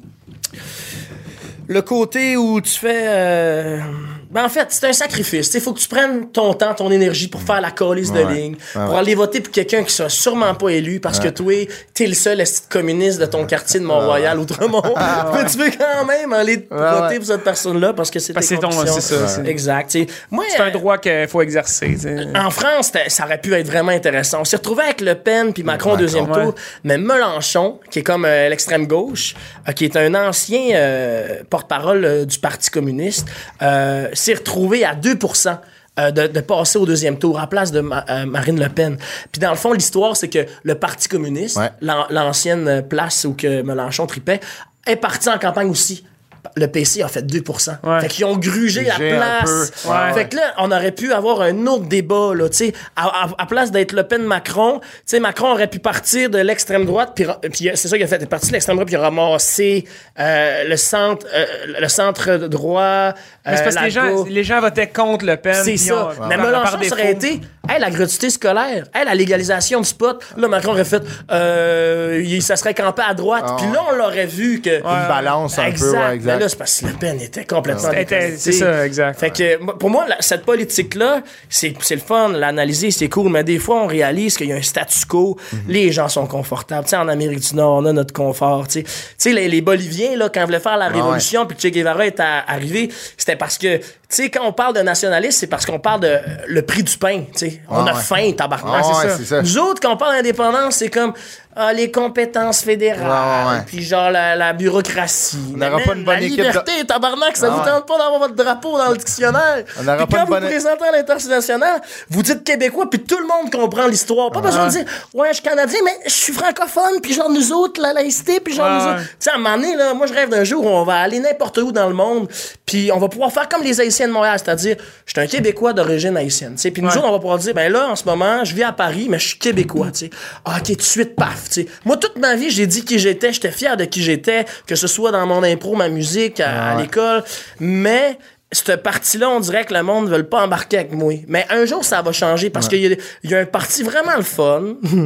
où tu fais... Ben en fait, c'est un sacrifice. Il faut que tu prennes ton temps, ton énergie pour faire la calice de ligne, pour aller voter pour quelqu'un qui sera sûrement pas élu parce que toi, t'es le seul esti communiste de ton quartier de Mont-Royal, Outremont. Mais tu veux quand même aller voter pour cette personne-là parce que c'est tes convictions. C'est ça. Exact. Moi, c'est un droit qu'il faut exercer. En France, ça aurait pu être vraiment intéressant. On s'est retrouvé avec Le Pen puis Macron au deuxième tour, mais Mélenchon, qui est comme l'extrême gauche, qui est un ancien porte-parole du Parti communiste, s'est retrouvé à 2% de passer au deuxième tour à place de Marine Le Pen. Puis dans le fond, l'histoire, c'est que le Parti communiste, l'ancienne place où que Mélenchon tripait, est parti en campagne aussi. Le PC a fait 2%. Fait qu'ils ont grugé la place. Fait que là, on aurait pu avoir un autre débat, là, tu sais. À place d'être Le Pen-Macron, tu sais, Macron aurait pu partir de l'extrême droite, puis c'est ça qu'il a fait. Il est parti de l'extrême droite, puis il a ramassé le centre droit. Mais c'est parce que les gens votaient contre Le Pen. C'est ça. Mais Mélenchon, ça aurait été, la gratuité scolaire, la légalisation du spot. Là, Macron aurait fait, ça serait campé à droite. Puis là, on l'aurait vu que. Une balance un peu, exact. Mais là, c'est parce que Le Pen était complètement déconnecté. C'est ça, exact. Fait que, pour moi, cette politique-là, c'est le fun, l'analyser, c'est cool, mais des fois, on réalise qu'il y a un statu quo. Les gens sont confortables. Tu sais, en Amérique du Nord, on a notre confort, tu sais. Les Boliviens, là, quand ils voulaient faire la révolution, puis que Che Guevara est arrivé, c'était parce que, tu sais, quand on parle de nationalisme, c'est parce qu'on parle de le prix du pain, tu sais. On a faim, tabarnak, c'est ça. Nous autres, quand on parle d'indépendance, c'est comme les compétences fédérales, puis genre la bureaucratie. On n'aura pas une bonne équipe. La liberté, tabarnak, ça vous tente pas d'avoir votre drapeau dans le dictionnaire. On n'aura pas quand une bonne... vous présentez à l'international, vous dites québécois, puis tout le monde comprend l'histoire. Pas besoin de dire, ouais, je suis canadien, mais je suis francophone, puis genre nous autres, la laïcité, puis genre nous autres. Tu sais, à un moment donné, là, moi, je rêve d'un jour où on va aller n'importe où dans le monde, puis on va pouvoir faire comme les Haïtiens de Montréal, c'est-à-dire, je suis un Québécois d'origine haïtienne. Puis nous autres, on va pouvoir dire, ben là, en ce moment, je vis à Paris, mais je suis Québécois. Ah, ok, tout de suite, paf. T'sais. Moi, toute ma vie, j'ai dit qui j'étais, j'étais fier de qui j'étais, que ce soit dans mon impro, ma musique, à l'école, mais cette partie-là, on dirait que le monde ne veut pas embarquer avec moi. Mais un jour, ça va changer parce qu'il y a un parti vraiment le fun.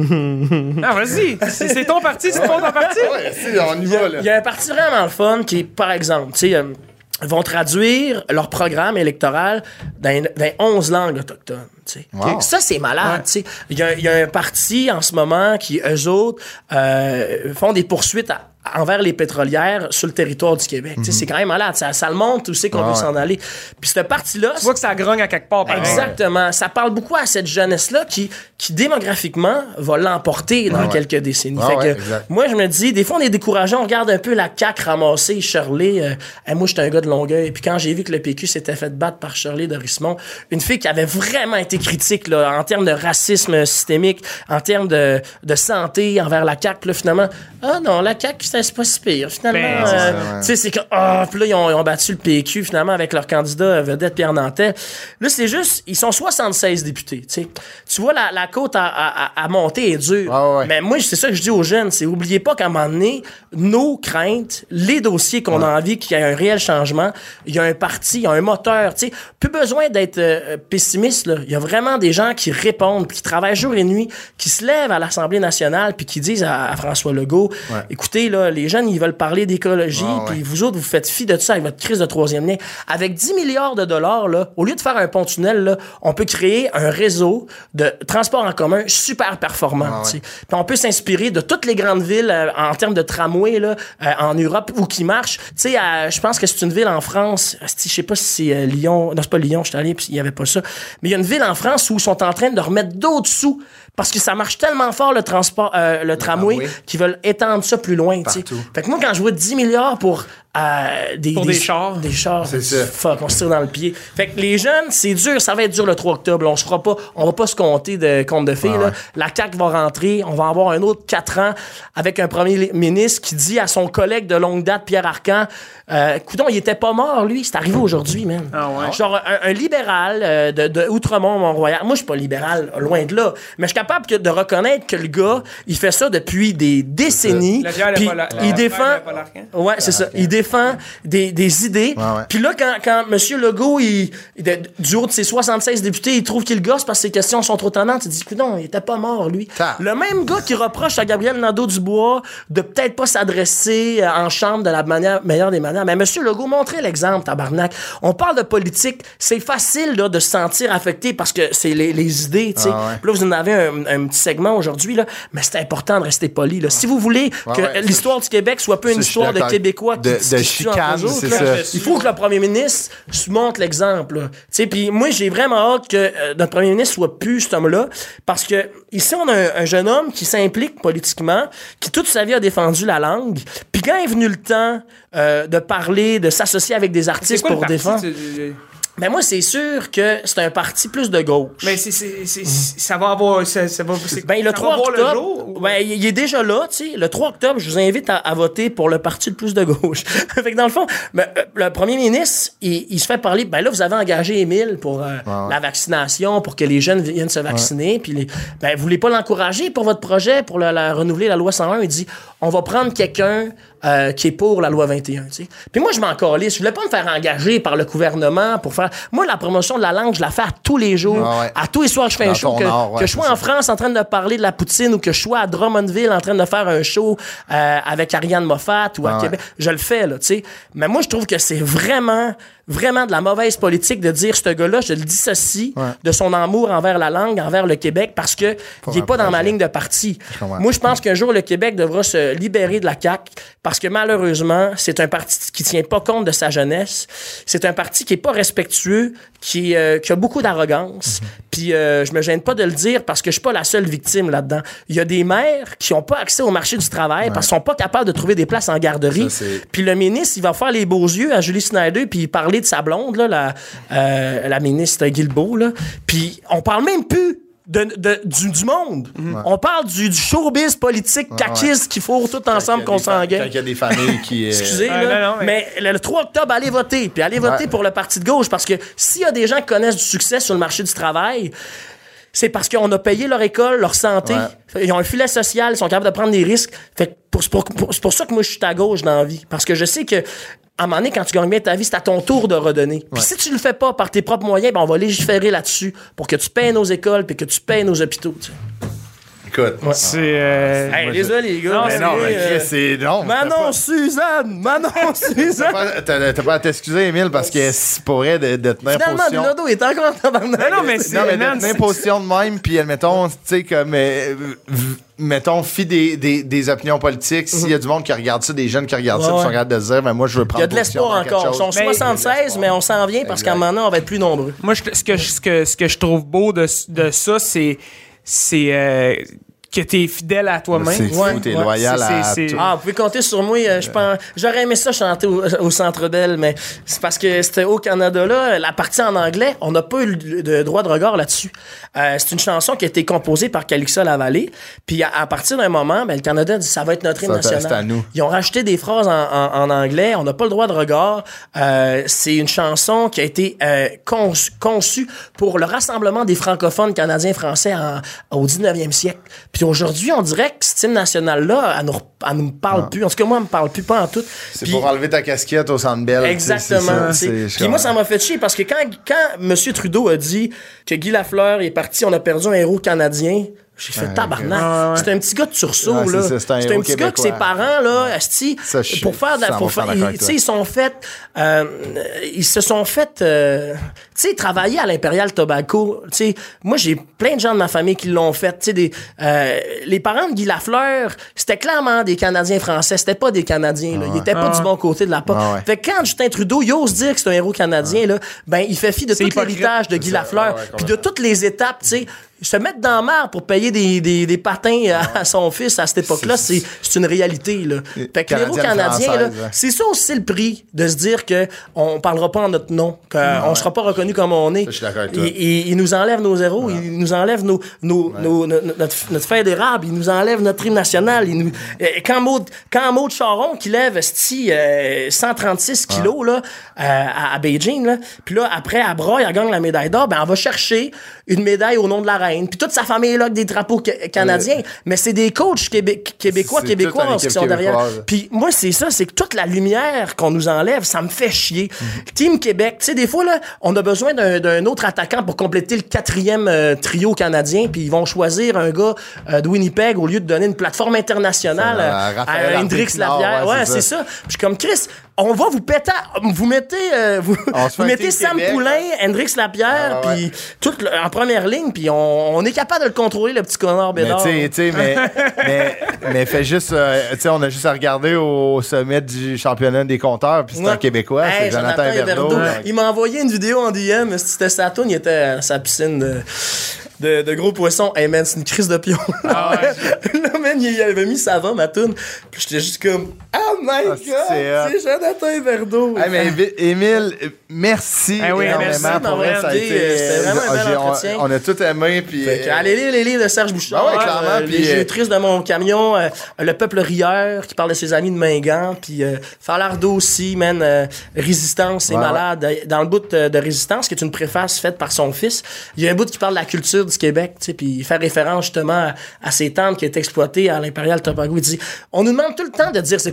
Ah, vas-y! C'est ton parti, c'est ton parti? Ouais, on y va, là. Il y a un parti vraiment le fun qui est, par exemple, tu sais, vont traduire leur programme électoral dans 11 langues autochtones. Wow. Ça, c'est malade. Ouais. Il y a un parti en ce moment qui, eux autres, font des poursuites envers les pétrolières sur le territoire du Québec. C'est quand même malade. Ça le montre où c'est qu'on veut s'en aller. Puis cette partie-là... Tu vois que ça grogne à quelque part. Pareil. Exactement. Ça parle beaucoup à cette jeunesse-là qui démographiquement, va l'emporter dans quelques décennies. Fait que, moi, je me dis, des fois, on est découragé. On regarde un peu la CAQ ramasser Shirley. Moi, j'étais un gars de Longueuil. Puis quand j'ai vu que le PQ s'était fait battre par Shirley de Rismond, une fille qui avait vraiment été critique là, en termes de racisme systémique, en termes de santé envers la CAQ. Puis là, finalement, ah non, la CAQ, c'est pas si pire. Finalement, tu sais, c'est que... puis là, ils ont battu le PQ, finalement, avec leur candidat vedette Pierre Nantel. Là, c'est juste... Ils sont 76 députés, tu sais. Tu vois, la côte à monter est dure. Mais moi, c'est ça que je dis aux jeunes, c'est oubliez pas qu'à un moment donné, nos craintes, les dossiers qu'on a envie qu'il y ait un réel changement, il y a un parti, il y a un moteur, tu sais. Plus besoin d'être pessimiste, là. Il y a vraiment des gens qui répondent, puis qui travaillent jour et nuit, qui se lèvent à l'Assemblée nationale, puis qui disent à François Legault, écoutez, là, les jeunes, ils veulent parler d'écologie, puis vous autres, vous faites fi de ça avec votre crise de troisième lien. Avec 10 milliards de dollars, là, au lieu de faire un pont-tunnel, là, on peut créer un réseau de transport en commun super performant. Puis on peut s'inspirer de toutes les grandes villes en termes de tramway là, en Europe où qui marchent. Tu sais, je pense que c'est une ville en France, je sais pas si c'est Lyon, non, c'est pas Lyon, je suis allé, puis il y avait pas ça, mais il y a une ville en France où ils sont en train de remettre d'autres sous parce que ça marche tellement fort le transport, le tramway qu'ils veulent étendre ça plus loin. Fait que moi, quand je vois 10 milliards pour des chars. Des chars. C'est ça. Fuck, on se tire dans le pied. Fait que les jeunes, c'est dur. Ça va être dur le 3 octobre. On va pas se compter de compte de filles. Là. La CAQ va rentrer. On va avoir un autre 4 ans avec un premier ministre qui dit à son collègue de longue date, Pierre Arcan, coudonc, il était pas mort, lui. C'est arrivé aujourd'hui, man. Genre, un libéral de Outremont, Mont-Royal. Moi, je suis pas libéral, loin de là. Mais je suis capable de reconnaître que le gars, il fait ça depuis des décennies. Puis il défend... Ouais, c'est ça. Il défend des idées. Puis là, quand M. Legault, du haut de ses 76 députés, il trouve qu'il gosse parce que ses questions sont trop tannantes, il dit, non, il était pas mort, lui. Le même gars qui reproche à Gabriel Nadeau-Dubois de peut-être pas s'adresser en chambre de la meilleure des manières. Mais M. Legault, montrez l'exemple, tabarnak. On parle de politique, c'est facile là, de se sentir affecté parce que c'est les idées, tu sais. Puis là, vous en avez un petit segment aujourd'hui, là, mais c'est important de rester poli. Là. Si vous voulez que l'histoire du Québec soit pas une histoire de Québécois de chicane, c'est ça. Il faut que le premier ministre montre l'exemple. Puis moi, j'ai vraiment hâte que notre premier ministre soit plus cet homme-là, parce que ici, on a un jeune homme qui s'implique politiquement, qui toute sa vie a défendu la langue, puis quand est venu le temps de parler, de s'associer avec des artistes pour défendre... Mais moi, c'est sûr que c'est un parti plus de gauche. Mais ça va avoir... le 3 octobre, il est déjà là, tu sais. Le 3 octobre, je vous invite à voter pour le parti le plus de gauche. Fait que dans le fond, le premier ministre, il se fait parler... Ben là, vous avez engagé Émile pour la vaccination, pour que les jeunes viennent se vacciner. Puis vous voulez pas l'encourager pour votre projet, pour renouveler la loi 101? Il dit, on va prendre quelqu'un qui est pour la loi 21, tu sais. Puis moi, je m'en calisse. Je voulais pas me faire engager par le gouvernement pour faire... Moi, la promotion de la langue, je la fais à tous les jours. À tous les soirs, je fais un show. Que je sois en France en train de parler de la poutine ou que je sois à Drummondville en train de faire un show avec Ariane Moffat ou à Québec. Je le fais, là, tu sais. Mais moi, je trouve que c'est vraiment de la mauvaise politique de dire ce gars-là, je le dissocie de son amour envers la langue, envers le Québec, parce que il est pas dans ma ligne de parti. Moi, je pense qu'un jour, le Québec devra se libérer de la CAQ, parce que malheureusement, c'est un parti qui tient pas compte de sa jeunesse. C'est un parti qui est pas respectueux, qui a beaucoup d'arrogance. Puis je me gêne pas de le dire parce que je suis pas la seule victime là-dedans. Il y a des mères qui ont pas accès au marché du travail parce qu'ils sont pas capables de trouver des places en garderie. Puis le ministre, il va faire les beaux yeux à Julie Snyder puis parler de sa blonde, là, la ministre Guilbeault. Là. Puis on parle même plus du monde. On parle du showbiz politique caquiste qu'il faut tout ensemble qu'on s'engueule. Quand il y a des familles qui... Excusez, là, mais le 3 octobre, allez voter. Puis allez voter pour le Parti de gauche parce que s'il y a des gens qui connaissent du succès sur le marché du travail, c'est parce qu'on a payé leur école, leur santé. Ils ont un filet social, ils sont capables de prendre des risques. Fait que c'est pour ça que moi, je suis à gauche dans la vie. Parce que je sais que à un moment donné, quand tu gagnes bien ta vie, c'est à ton tour de redonner. Puis si tu le fais pas par tes propres moyens, ben on va légiférer là-dessus pour que tu payes nos écoles puis que tu payes nos hôpitaux. Tu sais. Écoute, c'est... désolé, les gars. C'est non. Manon Suzanne! T'as pas à t'excuser, Émile, parce que c'est pour vrai de tenir finalement, position... Finalement, Bilodeau est encore en tabarnak. Non, mais c'est... de tenir position de même, puis admettons, tu sais, comme... mettons, fie des opinions politiques. S'il y a du monde qui regarde ça, des jeunes qui regardent ça, qui sont capables de se dire, ben moi, je veux prendre. Il y a de l'espoir encore. Ils sont 76, mais on s'en vient parce qu'à un moment donné, on va être plus nombreux. Moi, ce que je trouve beau de ça, c'est que t'es fidèle à toi-même. C'est fou, t'es loyal à tout. Vous pouvez compter sur moi. Je pense, j'aurais aimé ça chanter au Centre Bell, mais c'est parce que c'était au Canada, là, la partie en anglais, on n'a pas eu le droit de regard là-dessus. C'est une chanson qui a été composée par Calixa Lavallée, puis à partir d'un moment, ben, le Canada a dit ça va être notre hymne national. C'est à nous. Ils ont rajouté des phrases en anglais, on n'a pas le droit de regard. C'est une chanson qui a été conçue pour le rassemblement des francophones canadiens-français au 19e siècle. Puis aujourd'hui, on dirait que cette hymne nationale-là, elle nous parle plus. En tout cas, moi, elle me parle plus, pas en tout. C'est pour enlever ta casquette au Centre Bell. Exactement. Puis moi, ça m'a fait chier parce que quand M. Trudeau a dit que Guy Lafleur est parti, on a perdu un héros canadien, j'ai fait tabarnak. C'est un petit gars de sursaut, là. C'est un petit gars que ses parents, là, asti, pour faire tu sais, ils se sont fait, tu sais, travailler à l'Imperial Tobacco. Tu sais, moi, j'ai plein de gens de ma famille qui l'ont fait. Tu sais, les parents de Guy Lafleur, c'était clairement des Canadiens français. C'était pas des Canadiens, là. Ils étaient pas du bon côté de la porte. Fait que quand Justin Trudeau, il ose dire que c'est un héros canadien, là, ben, il fait fi de tout l'héritage de Guy Lafleur. Puis de toutes les étapes, tu sais. Se mettre dans la merde pour payer des patins à son fils à cette époque-là, c'est une réalité, là. Fait que l'héros canadien, là, c'est ça aussi le prix de se dire que on parlera pas en notre nom, qu'on sera pas reconnu comme on est. Ça, je suis d'accord avec toi. Ils nous enlèvent nos héros, ils nous enlèvent notre fête d'érable, ils nous enlèvent notre hymne national. Quand Maud Charon, qui lève 136 kilos là, à Beijing, là, puis là, après, à Bras, elle gagne la médaille d'or, ben, on va chercher une médaille au nom de la reine. Puis toute sa famille est là avec des drapeaux canadiens. Mais c'est des coachs québécoises qui sont derrière. Puis moi, c'est ça, c'est que toute la lumière qu'on nous enlève, ça me fait chier. Team Québec, tu sais, des fois, là, on a besoin d'un autre attaquant pour compléter le 4e trio canadien, puis ils vont choisir un gars de Winnipeg au lieu de donner une plateforme internationale à Hendrix Lapierre. Ouais, c'est ça. Puis je suis comme, Chris, on va vous péter, vous mettez Sam Poulain, Hendrix Lapierre, puis tout en première ligne, puis on est capable de le contrôler, le petit connard Bédard. Mais fait juste, tu sais, on a juste à regarder au sommet du championnat des compteurs, puis c'est un Québécois, c'est Jonathan Huberdeau. Il m'a envoyé une vidéo en DM, c'était sa toune, il était à sa piscine de gros poissons. Hey man, c'est une crise de pion. Là, man, il avait mis ça va, ma toune. Puis j'étais juste comme, oh my god, c'est Jonathan Huberdeau. Hey, mais Émile, merci énormément pour vrai. C'était vraiment un bel entretien. On a tout aimé. Puis, allez lire les livres de Serge Bouchard. Clairement. Les jeux tristes de mon camion. Le peuple rieur qui parle de ses amis de Mingan. Puis Falardeau aussi, man. Résistance et malade. Dans le bout de Résistance, qui est une préface faite par son fils, il y a un bout qui parle de la culture du Québec, tu sais, puis il fait référence justement à ces tentes qui étaient exploitées à l'Imperial Tobacco. Il dit, on nous demande tout le temps de dire c'est quoi la culture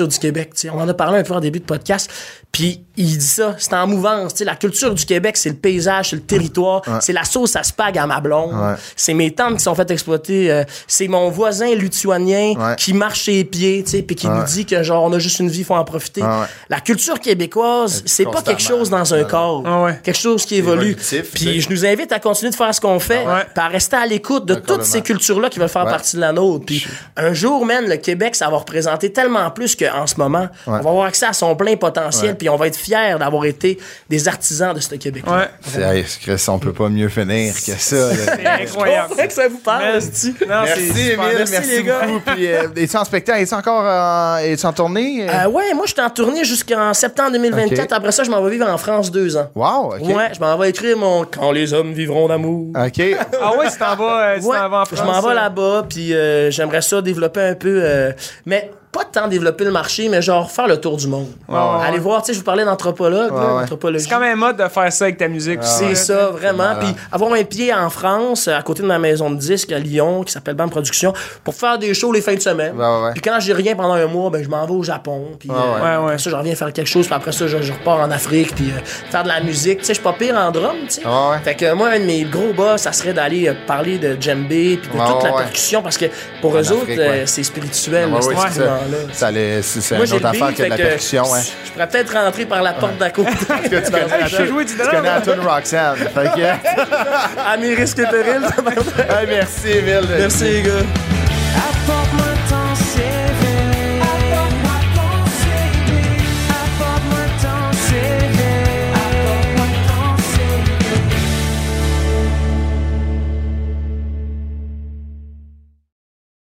culture du Québec. T'sais. On en a parlé un peu en début de podcast. Puis il dit ça, c'est en mouvance. T'sais. La culture du Québec, c'est le paysage, c'est le territoire, c'est la sauce à spag à ma blonde. C'est mes tantes qui sont faites exploiter. C'est mon voisin lituanien qui marche ses pieds, puis qui nous dit que genre on a juste une vie, faut en profiter. La culture québécoise, c'est pas quelque chose dans un corps, quelque chose qui évolue. Puis je nous invite à continuer de faire ce qu'on fait, puis à rester à l'écoute de toutes ces cultures-là qui veulent faire partie de la nôtre. Puis un jour, man, le Québec, ça va représenter tellement plus qu'en ce moment. On va avoir accès à son plein potentiel, puis on va être fiers d'avoir été des artisans de ce Québec. On peut pas mieux finir que ça. C'est incroyable. C'est que ça vous parle. Merci, Émile. Merci les gars. Puis, es-tu en spectacle? Es-tu encore en tournée? Ouais, moi, j'étais en tournée jusqu'en septembre 2024. Okay. Après ça, je m'en vais vivre en France 2 ans. Wow, OK. Ouais, je m'en vais écrire mon « Quand les hommes vivront d'amour ». OK. Ah ouais, tu t'en vas en France? Je m'en vais là-bas, puis j'aimerais ça développer un peu... mais pas tant développer le marché, mais genre faire le tour du monde. Aller voir, tu sais, je vous parlais d'anthropologue, d'anthropologie. C'est quand même mode de faire ça avec ta musique. C'est ça, vraiment. Puis avoir un pied en France, à côté de ma maison de disques à Lyon, qui s'appelle BAM Productions, pour faire des shows les fins de semaine. Puis quand j'ai rien pendant un mois, ben je m'en vais au Japon. Puis après ça, je reviens faire quelque chose. Puis après ça, je repars en Afrique. Puis faire de la musique. Tu sais, je suis pas pire en drum, tu sais. Fait que moi, un de mes gros bas, ça serait d'aller parler de djembé puis de toute la percussion. Parce que pour eux autres, c'est spirituel. C'est une autre affaire que de la percussion. Je pourrais peut-être rentrer par la porte d'à côté. Parce que tu connais la tune Roxanne. À mes risques et périls. Merci, Émile. Merci, les gars.